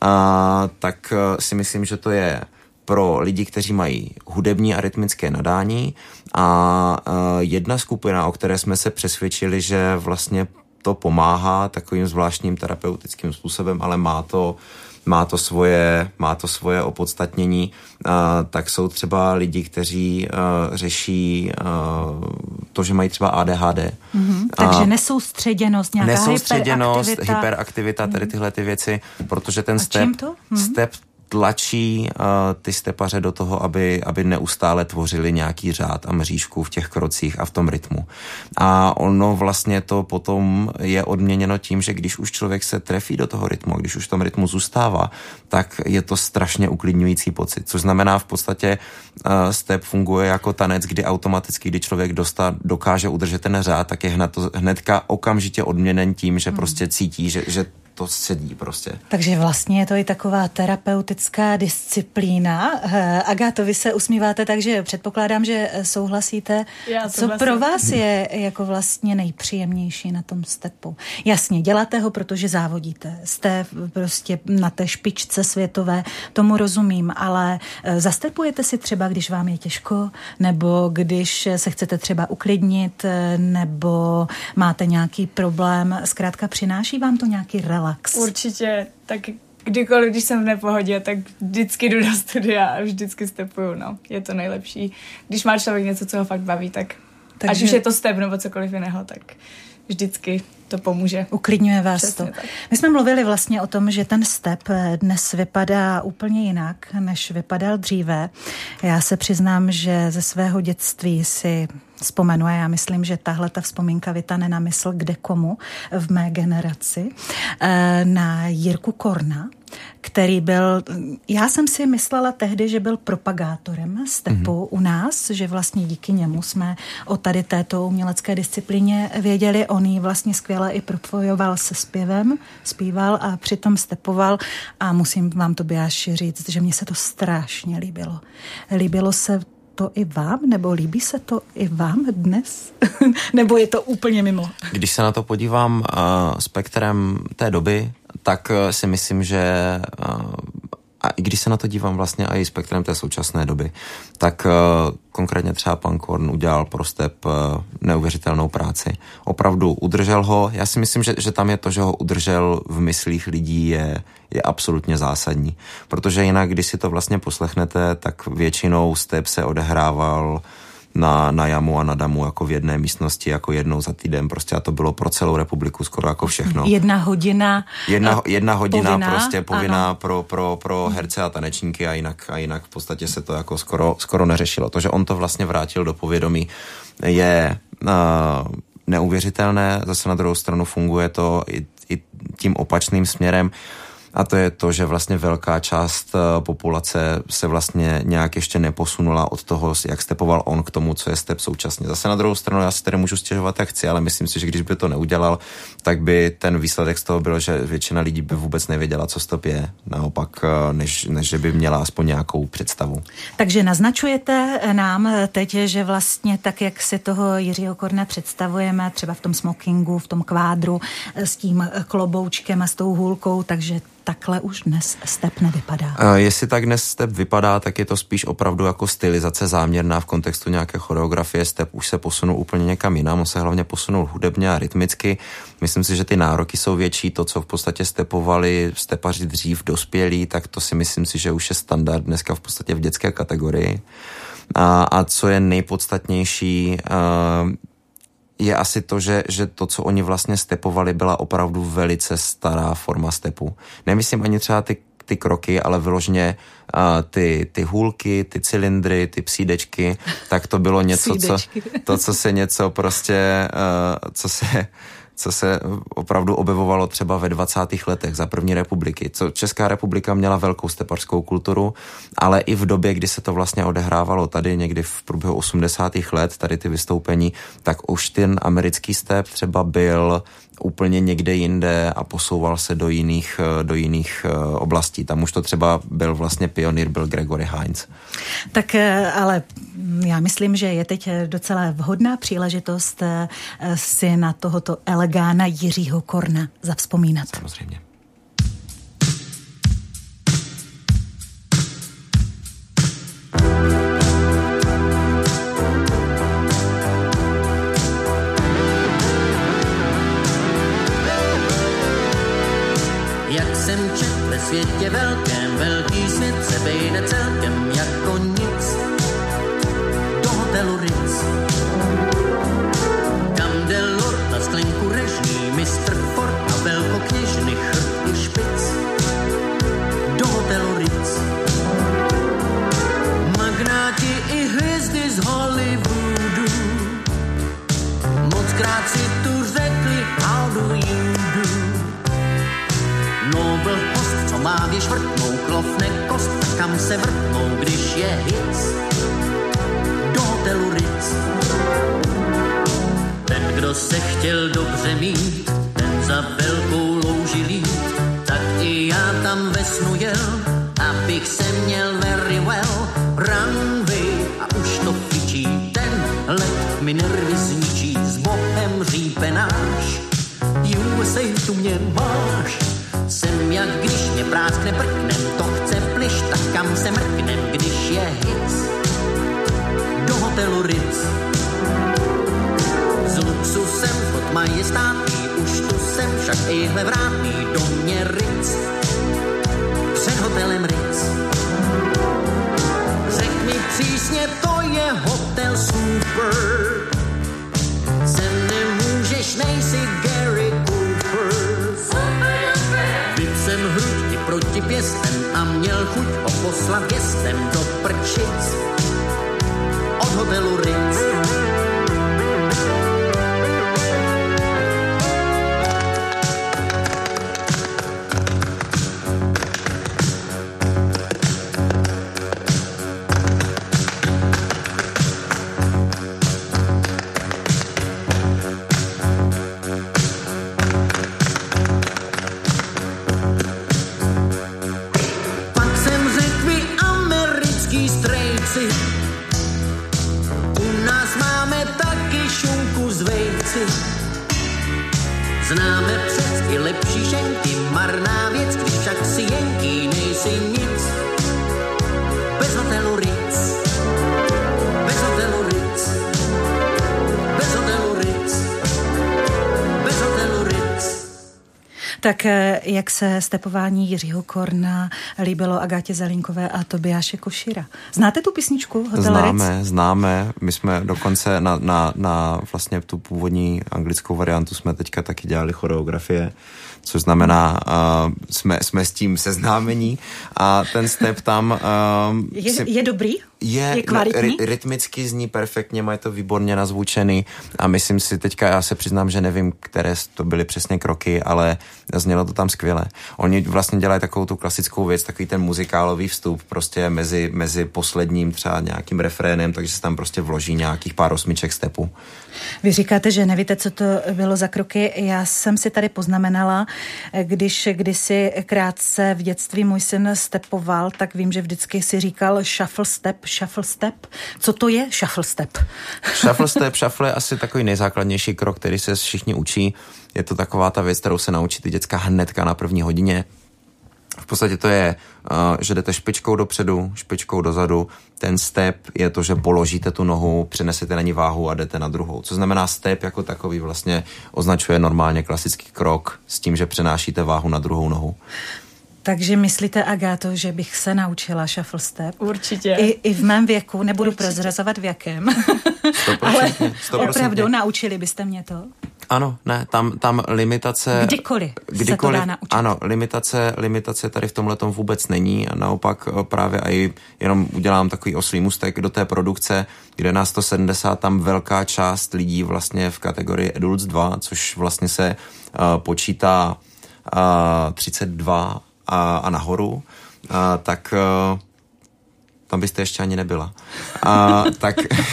a, tak si myslím, že to je pro lidi, kteří mají hudební a rytmické nadání a, a jedna skupina, o které jsme se přesvědčili, že vlastně to pomáhá takovým zvláštním terapeutickým způsobem, ale má to, má to, svoje, má to svoje opodstatnění, uh, tak jsou třeba lidi, kteří uh, řeší uh, to, že mají třeba A D H D. Mm-hmm. Takže nesoustředěnost, nějaká nesoustředěnost, hyperaktivita. hyperaktivita, tady tyhle ty věci, protože ten A step, čím to? Mm-hmm. step tlačí uh, ty stepaře do toho, aby, aby neustále tvořili nějaký řád a mřížku v těch krocích a v tom rytmu. A ono vlastně to potom je odměněno tím, že když už člověk se trefí do toho rytmu, když už v tom rytmu zůstává, tak je to strašně uklidňující pocit. Což znamená v podstatě uh, step funguje jako tanec, kdy automaticky, kdy člověk dostá, dokáže udržet ten řád, tak je hned, hnedka okamžitě odměněn tím, že hmm. prostě cítí, že, že to sedí prostě. Takže vlastně je to i taková terapeutická disciplína. Agáto, vy se usmíváte, takže předpokládám, že souhlasíte. Já Co pro vás je jako vlastně nejpříjemnější na tom stepu? Jasně, děláte ho, protože závodíte. Jste prostě na té špičce světové, tomu rozumím, ale zastepujete si třeba, když vám je těžko, nebo když se chcete třeba uklidnit, nebo máte nějaký problém, zkrátka přináší vám to nějaký relax? Určitě, tak kdykoliv, když jsem v nepohodě, tak vždycky jdu do studia a vždycky stepuju, no. Je to nejlepší. Když má člověk něco, co ho fakt baví, tak Takže... ať už je to step nebo cokoliv jiného, tak vždycky to pomůže. Uklidňuje vás Přesně to. Tak. My jsme mluvili vlastně o tom, že ten step dnes vypadá úplně jinak, než vypadal dříve. Já se přiznám, že ze svého dětství si vzpomenu a já myslím, že tahle ta vzpomínka vytane na mysl kde komu v mé generaci, na Jirku Korna, který byl, já jsem si myslela tehdy, že byl propagátorem stepu mm-hmm. u nás, že vlastně díky němu jsme o tady této umělecké disciplíně věděli. On ji vlastně skvěle i propojoval se zpěvem, zpíval a přitom stepoval a musím vám, Tobiáši, říct, že mně se to strašně líbilo. Líbilo se to i vám, nebo líbí se to i vám dnes? Nebo je to úplně mimo? Když se na to podívám uh, spektrem té doby, tak uh, si myslím, že uh, a i když se na to dívám vlastně i spektrem té současné doby, tak uh, konkrétně třeba pan Korn udělal pro step uh, neuvěřitelnou práci. Opravdu udržel ho. Já si myslím, že, že tam je to, že ho udržel v myslích lidí je, je absolutně zásadní. Protože jinak, když si to vlastně poslechnete, tak většinou step se odehrával na, na jamu a na damu jako v jedné místnosti, jako jednou za týden prostě a to bylo pro celou republiku skoro jako všechno. Jedna hodina Jedna, jedna hodina povinná, prostě povinná pro, pro, pro herce a tanečníky a jinak, a jinak v podstatě se to jako skoro, skoro neřešilo. To, že on to vlastně vrátil do povědomí, je uh, neuvěřitelné. Zase na druhou stranu funguje to i, i tím opačným směrem. A to je to, že vlastně velká část populace se vlastně nějak ještě neposunula od toho, jak stepoval on k tomu, co je step současně. Zase na druhou stranu já si tady můžu stěžovat, jak chci, ale myslím si, že když by to neudělal, tak by ten výsledek z toho byl, že většina lidí by vůbec nevěděla, co step je. Naopak, než, než že by měla aspoň nějakou představu. Takže naznačujete nám teď, že vlastně tak, jak si toho Jiřího Korna představujeme, třeba v tom smokingu, v tom kvádru, s tím kloboučkem a s tou hůlkou, takže takhle už dnes step nevypadá. Uh, jestli tak dnes step vypadá, tak je to spíš opravdu jako stylizace záměrná v kontextu nějaké choreografie. Step už se posunul úplně někam jinam, on se hlavně posunul hudebně a rytmicky. Myslím si, že ty nároky jsou větší, to, co v podstatě stepovali stepaři dřív dospělí, tak to si myslím si, že už je standard dneska v podstatě v dětské kategorii. A, a co je nejpodstatnější, uh, je asi to, že, že to, co oni vlastně stepovali, byla opravdu velice stará forma stepu. Nemyslím ani třeba ty, ty kroky, ale vyloženě uh, ty, ty hůlky, ty cylindry, ty psídečky, tak to bylo něco, co, to, co se něco prostě, uh, co se... co se opravdu objevovalo třeba ve dvacátých letech za první republiky. Co Česká republika měla velkou stepařskou kulturu, ale i v době, kdy se to vlastně odehrávalo tady někdy v průběhu osmdesátých let, tady ty vystoupení, tak už ten americký step třeba byl úplně někde jinde a posouval se do jiných, do jiných oblastí. Tam už to třeba byl vlastně pionýr, byl Gregory Hines. Tak ale já myslím, že je teď docela vhodná příležitost si na tohoto elegána Jiřího Korna zavzpomínat. Samozřejmě. Jak jsem čet ve světě velkém, velký svět se vejde celkem jako nic do hotelu Ritz. Kam jde lord na sklenku režní, mistr Ford a velkokněžny chrb i špic do hotelu Ritz. Magnáti i hvězdy z Hollywoodu mockrát si tu řekli how do you do. Nobel host, co má věž vrtnou, klofne kost, kam se vrtnou, když je hit do hotelu Ritz. Ten, kdo se chtěl dobře mít, ten za velkou louži lít, tak i já tam ve snu jel, abych se měl very well. Runway a už to fičí, ten let mi nervy zničí, s Bohem řípe náš, U S A tu mě máš. Jsem jak když mě práskne prknem, to chce plyš, tak kam se mrknem, když je hit do hotelu Ritz. S luxusem pod majestátní, už tu jsem však ejhle vrátný, do mě Ritz, před hotelem Ritz. Řek mi přísně, to je hotel super, se nemůžeš, nejsi Gary Cooper. Vyp jsem hruď i proti pěstem a měl chuť ho poslat gestem do prčic od hotelu Ritz. Známe přec i lepší ženky, marná věc, když však si jenký, nejsi nic. Bez hotelu Ritz, bez hotelu Ritz, bez hotelu Ritz, bez hotelu Ritz. Tak jak se stepování Jiřího Korna líbilo Agátě Zelínkové a Tobiáše Košíra? Znáte tu písničku Hotel Známe, Ritz? známe. My jsme dokonce na, na, na vlastně tu původní anglickou variantu jsme teďka taky dělali choreografie, což znamená, uh, jsme, jsme s tím seznámení a ten step tam... Uh, je, si, je dobrý? Je, je kvalitní? Ry, rytmicky zní perfektně, mají to výborně nazvučený a myslím si teďka, já se přiznám, že nevím, které to byly přesně kroky, ale znělo to tam skvěle. Oni vlastně dělají takovou tu klasickou věc, takový ten muzikálový vstup prostě mezi, mezi posledním třeba nějakým refrénem, takže se tam prostě vloží nějakých pár osmiček stepu. Vy říkáte, že nevíte, co to bylo za kroky. Já jsem si tady poznamenala, když kdysi krátce v dětství můj syn stepoval, tak vím, že vždycky si říkal shuffle step, shuffle step. Co to je shuffle step? Shuffle step, shuffle je asi takový nejzákladnější krok, který se všichni učí. Je to taková ta věc, kterou se naučí ty děcka hnedka na první hodině. V podstatě to je, že jdete špičkou dopředu, špičkou dozadu. Ten step je to, že položíte tu nohu, přenesete na ní váhu a jdete na druhou. Co znamená step jako takový vlastně označuje normálně klasický krok s tím, že přenášíte váhu na druhou nohu. Takže myslíte, Agáto, že bych se naučila shuffle step? Určitě. I, i v mém věku, nebudu Určitě. prozrazovat v jakém. Ale opravdu naučili byste mě to? Ano, ne, tam, tam limitace... Kdykoliv, kdykoliv se to dá naučit. Ano, limitace, limitace tady v tomhletom vůbec není a naopak právě i jenom udělám takový oslý můstek do té produkce, kde na sto sedmdesát tam velká část lidí vlastně v kategorii Adults dva, což vlastně se uh, počítá uh, třicet dva a, a nahoru, uh, tak uh, tam byste ještě ani nebyla. Uh, tak...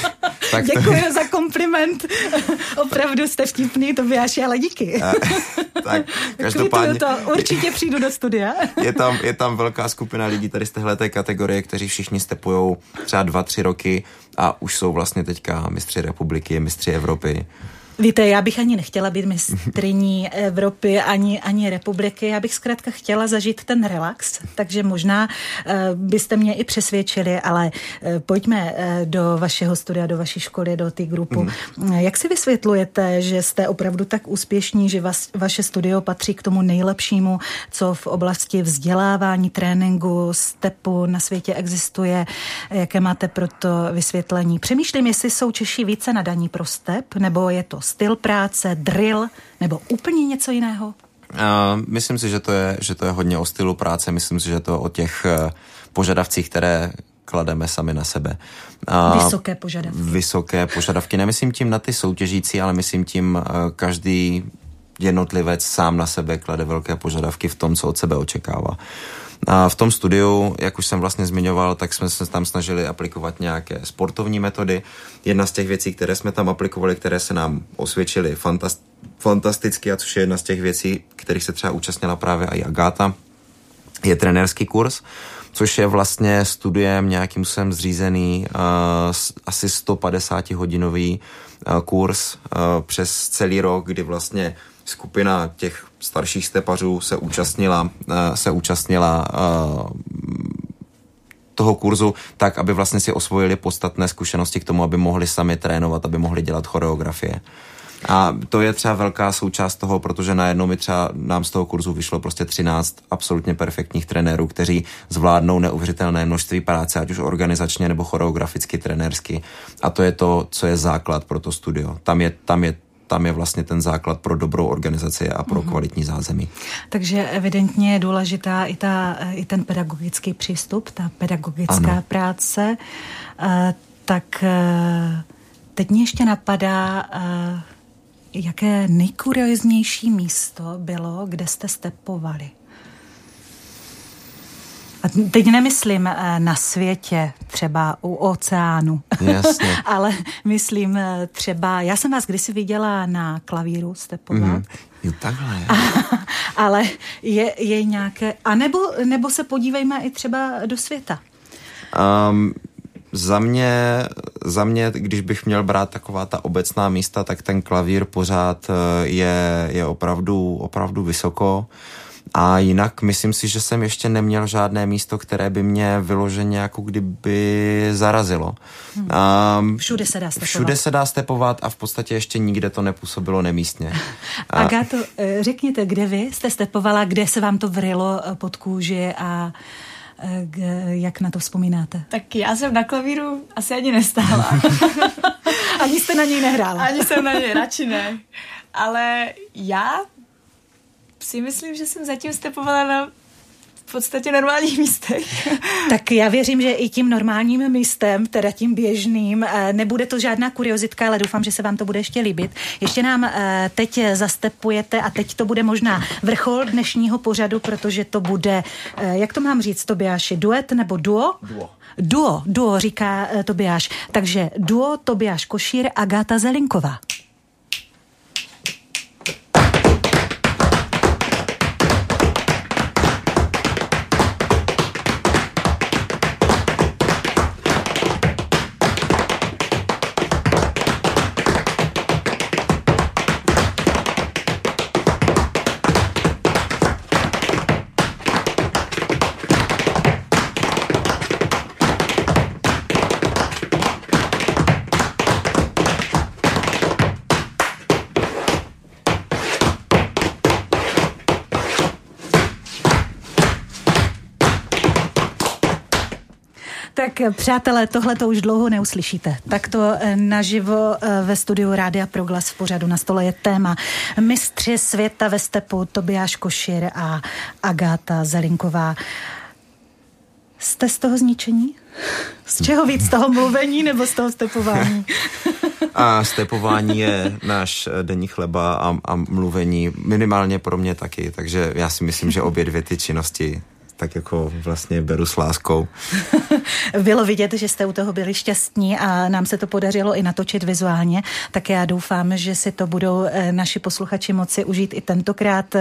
Tak to... Děkuji za kompliment. Opravdu jste vtipný, Tobiáši, ale díky. Tak, každopádně... to, určitě přijdu do studia. je, tam, je tam velká skupina lidí tady z téhleté kategorie, kteří všichni stepujou třeba dva, tři roky a už jsou vlastně teďka mistři republiky, mistři Evropy. Víte, já bych ani nechtěla být mistryní Evropy ani, ani republiky, já bych zkrátka chtěla zažít ten relax, takže možná uh, byste mě i přesvědčili, ale uh, pojďme uh, do vašeho studia, do vaší školy, do té grupu. Mm. Jak si vysvětlujete, že jste opravdu tak úspěšní, že vas, vaše studio patří k tomu nejlepšímu, co v oblasti vzdělávání, tréninku, stepu na světě existuje? Jaké máte pro to vysvětlení? Přemýšlím, jestli jsou Češi více nadaní pro step, nebo je to styl práce, drill, nebo úplně něco jiného? Uh, myslím si, že to, je, že to je hodně o stylu práce, myslím si, že to o těch uh, požadavcích, které klademe sami na sebe. Uh, vysoké požadavky. Vysoké požadavky. Nemyslím tím na ty soutěžící, ale myslím tím uh, každý jednotlivec sám na sebe klade velké požadavky v tom, co od sebe očekává. A v tom studiu, jak už jsem vlastně zmiňoval, tak jsme se tam snažili aplikovat nějaké sportovní metody. Jedna z těch věcí, které jsme tam aplikovali, které se nám osvědčily fantast- fantasticky, a což je jedna z těch věcí, kterých se třeba účastnila právě i Agáta, je trenérský kurz, což je vlastně studiem nějakým způsobem zřízený uh, asi sto padesát hodinový uh, kurz uh, přes celý rok, kdy vlastně skupina těch starších stepařů se účastnila, se účastnila toho kurzu tak, aby vlastně si osvojili podstatné zkušenosti k tomu, aby mohli sami trénovat, aby mohli dělat choreografie. A to je třeba velká součást toho, protože najednou mi třeba nám z toho kurzu vyšlo prostě třináct absolutně perfektních trenérů, kteří zvládnou neuvěřitelné množství práce, ať už organizačně nebo choreograficky, trenérsky. A to je to, co je základ pro to studio. Tam je, tam je Tam je vlastně ten základ pro dobrou organizaci a pro kvalitní zázemí. Takže evidentně je důležitá i, ta, i ten pedagogický přístup, ta pedagogická ano. práce. Uh, tak uh, teď mě ještě napadá, uh, jaké nejkurioznější místo bylo, kde jste stepovali? A teď nemyslím na světě, třeba u oceánu, Jasně. ale myslím třeba, já jsem vás kdysi viděla na klavíru stepovat. Mm, jo, takhle. Ale je, je nějaké, a nebo, nebo se podívejme i třeba do světa. Um, za mě, za mě, když bych měl brát taková ta obecná místa, tak ten klavír pořád je, je opravdu, opravdu vysoko. A jinak myslím si, že jsem ještě neměl žádné místo, které by mě vyloženě jako kdyby zarazilo. Hmm. Um, všude se dá stepovat. Všude se dá stepovat a v podstatě ještě nikde to nepůsobilo nemístně. Agáto, řekněte, kde vy jste stepovala, kde se vám to vrylo pod kůži a jak na to vzpomínáte? Tak já jsem na klavíru asi ani nestála. Ani jste na něj nehrála. Ani jsem na něj, radši ne. Ale já si myslím, že jsem zatím stepovala na v podstatě normálních místech. Tak já věřím, že i tím normálním místem, teda tím běžným, nebude to žádná kuriozitka, ale doufám, že se vám to bude ještě líbit. Ještě nám teď zastepujete a teď to bude možná vrchol dnešního pořadu, protože to bude, jak to mám říct, Tobiáši, duet nebo duo? Duo. Duo, duo, říká Tobiáš. Takže duo Tobiáš Košír, Agáta Zelinková. Tak přátelé, tohle to už dlouho neuslyšíte. Tak to naživo ve studiu Rádia Proglas v pořadu Na stole je téma Mistři světa ve stepu Tobiáš Košír a Agáta Zelinková. Jste z toho zničení? Z čeho víc? Z toho mluvení nebo z toho stepování? A stepování je náš denní chleba a, a mluvení minimálně pro mě taky, takže já si myslím, že obě dvě ty činnosti tak jako vlastně beru s láskou. Bylo vidět, že jste u toho byli šťastní a nám se to podařilo i natočit vizuálně, tak já doufám, že si to budou naši posluchači moci užít i tentokrát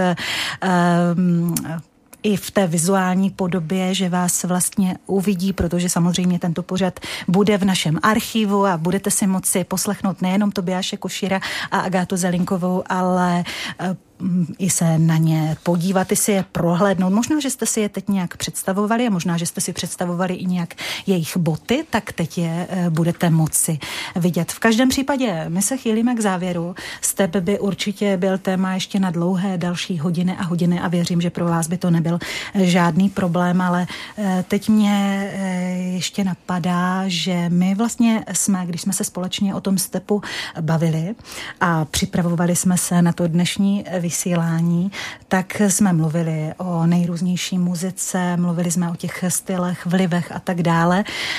um, i v té vizuální podobě, že vás vlastně uvidí, protože samozřejmě tento pořad bude v našem archivu a budete si moci poslechnout nejenom Tobiáše Košíra a Agátu Zelinkovou, ale i se na ně podívat, i si je prohlédnout. Možná, že jste si je teď nějak představovali a možná, že jste si představovali i nějak jejich boty, tak teď je budete moci vidět. V každém případě my se chýlíme k závěru. Step by určitě byl téma ještě na dlouhé další hodiny a hodiny a věřím, že pro vás by to nebyl žádný problém, ale teď mě ještě napadá, že my vlastně jsme, když jsme se společně o tom stepu bavili a připravovali jsme se na to dnešní vysílání, tak jsme mluvili o nejrůznější muzice, mluvili jsme o těch stylech, vlivech a tak dále.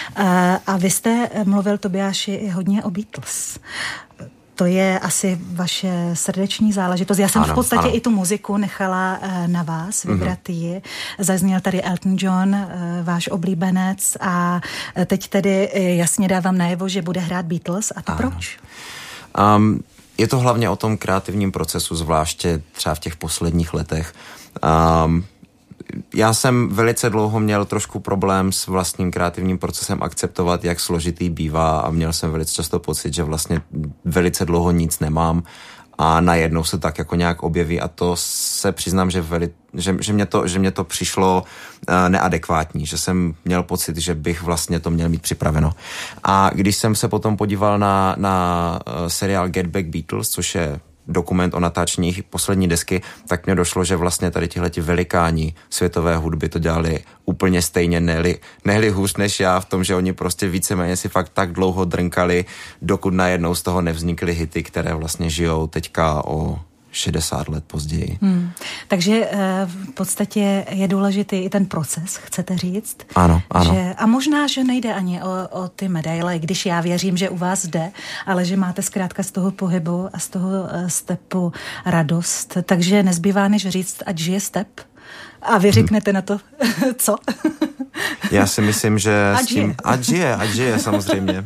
A vy jste mluvil, Tobiáši, i hodně o Beatles. To je asi vaše srdeční záležitost. Já jsem ano, v podstatě ano. i tu muziku nechala na vás, vybrat mm-hmm. ji. Zazněl tady Elton John, váš oblíbenec, a teď tedy jasně dávám najevo, že bude hrát Beatles. A to ano. proč? Um, je to hlavně o tom kreativním procesu, zvláště třeba v těch posledních letech. Um, Já jsem velice dlouho měl trošku problém s vlastním kreativním procesem akceptovat, jak složitý bývá, a měl jsem velice často pocit, že vlastně velice dlouho nic nemám a najednou se tak jako nějak objeví, a to se přiznám, že, veli, že, že, mě, to, že mě to přišlo uh, neadekvátní, že jsem měl pocit, že bych vlastně to měl mít připraveno. A když jsem se potom podíval na, na uh, seriál Get Back Beatles, což je dokument o natáčení poslední desky, tak mě došlo, že vlastně tady tihleti velikáni světové hudby to dělali úplně stejně, nehli, nehli hůř než já v tom, že oni prostě víceméně si fakt tak dlouho drnkali, dokud najednou z toho nevznikly hity, které vlastně žijou teďka o šedesát let později. Hmm. Takže v podstatě je důležitý i ten proces, chcete říct? Ano, ano. Že, a možná, že nejde ani o, o ty medaile, když já věřím, že u vás jde, ale že máte zkrátka z toho pohybu a z toho stepu radost. Takže nezbývá než říct, ať žije step. A vy řeknete na to, co? Já si myslím, že ať s tím... Žije. Ať žije, ať žije, samozřejmě.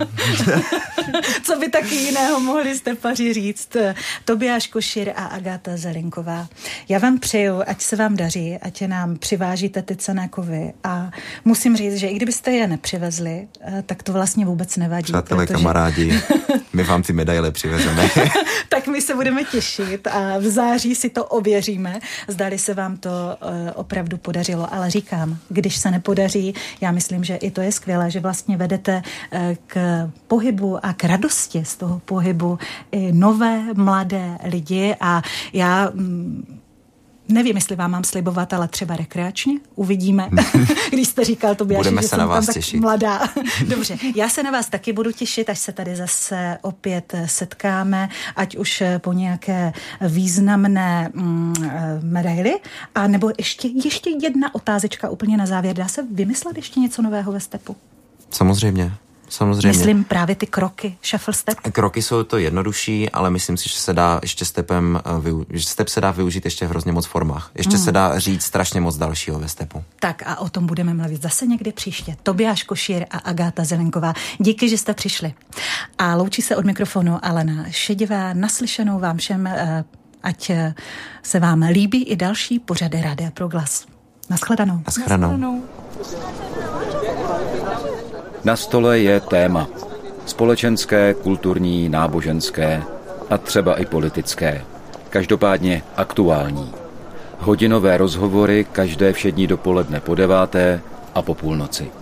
Co by taky jiného mohli stepaři říct? Tobiáš Košír a Agáta Zelinková. Já vám přeju, ať se vám daří, ať nám přivážíte ty cenné kovy. A musím říct, že i kdybyste je nepřivezli, tak to vlastně vůbec nevadí. Přátelé, protože... kamarádi, my vám ty medaile přivezeme. Tak my se budeme těšit a v září si to ověříme. Zdali se vám to opravdu podařilo. Ale říkám, když se nepodaří, já myslím, že i to je skvělé, že vlastně vedete k pohybu a k radosti z toho pohybu i nové, mladé lidi, a já nevím, jestli vám mám slibovat, ale třeba rekreačně, uvidíme. Když jste říkal, Tobiáši, že jsem tam tak těšit. Mladá. Dobře, já se na vás taky budu těšit, až se tady zase opět setkáme, ať už po nějaké významné mm, medaily, a nebo ještě, ještě jedna otázečka úplně na závěr. Dá se vymyslet ještě něco nového ve stepu? Samozřejmě. Samozřejmě. Myslím právě ty kroky, shuffle step. Kroky jsou to jednodušší, ale myslím si, že se dá ještě stepem, že step se dá využít ještě v hrozně moc formách. Ještě hmm. se dá říct strašně moc dalšího ve stepu. Tak a o tom budeme mluvit zase někdy příště. Tobiáš Košír a Agáta Zelinková. Díky, že jste přišli. A loučí se od mikrofonu Alena Šedivá. Naslyšenou vám všem, ať se vám líbí i další pořady Rádia Proglas. Naschledanou. Naschledanou. Naschledanou. Na stole je téma. Společenské, kulturní, náboženské a třeba i politické. Každopádně aktuální. Hodinové rozhovory každé všední dopoledne po deváté a po půlnoci.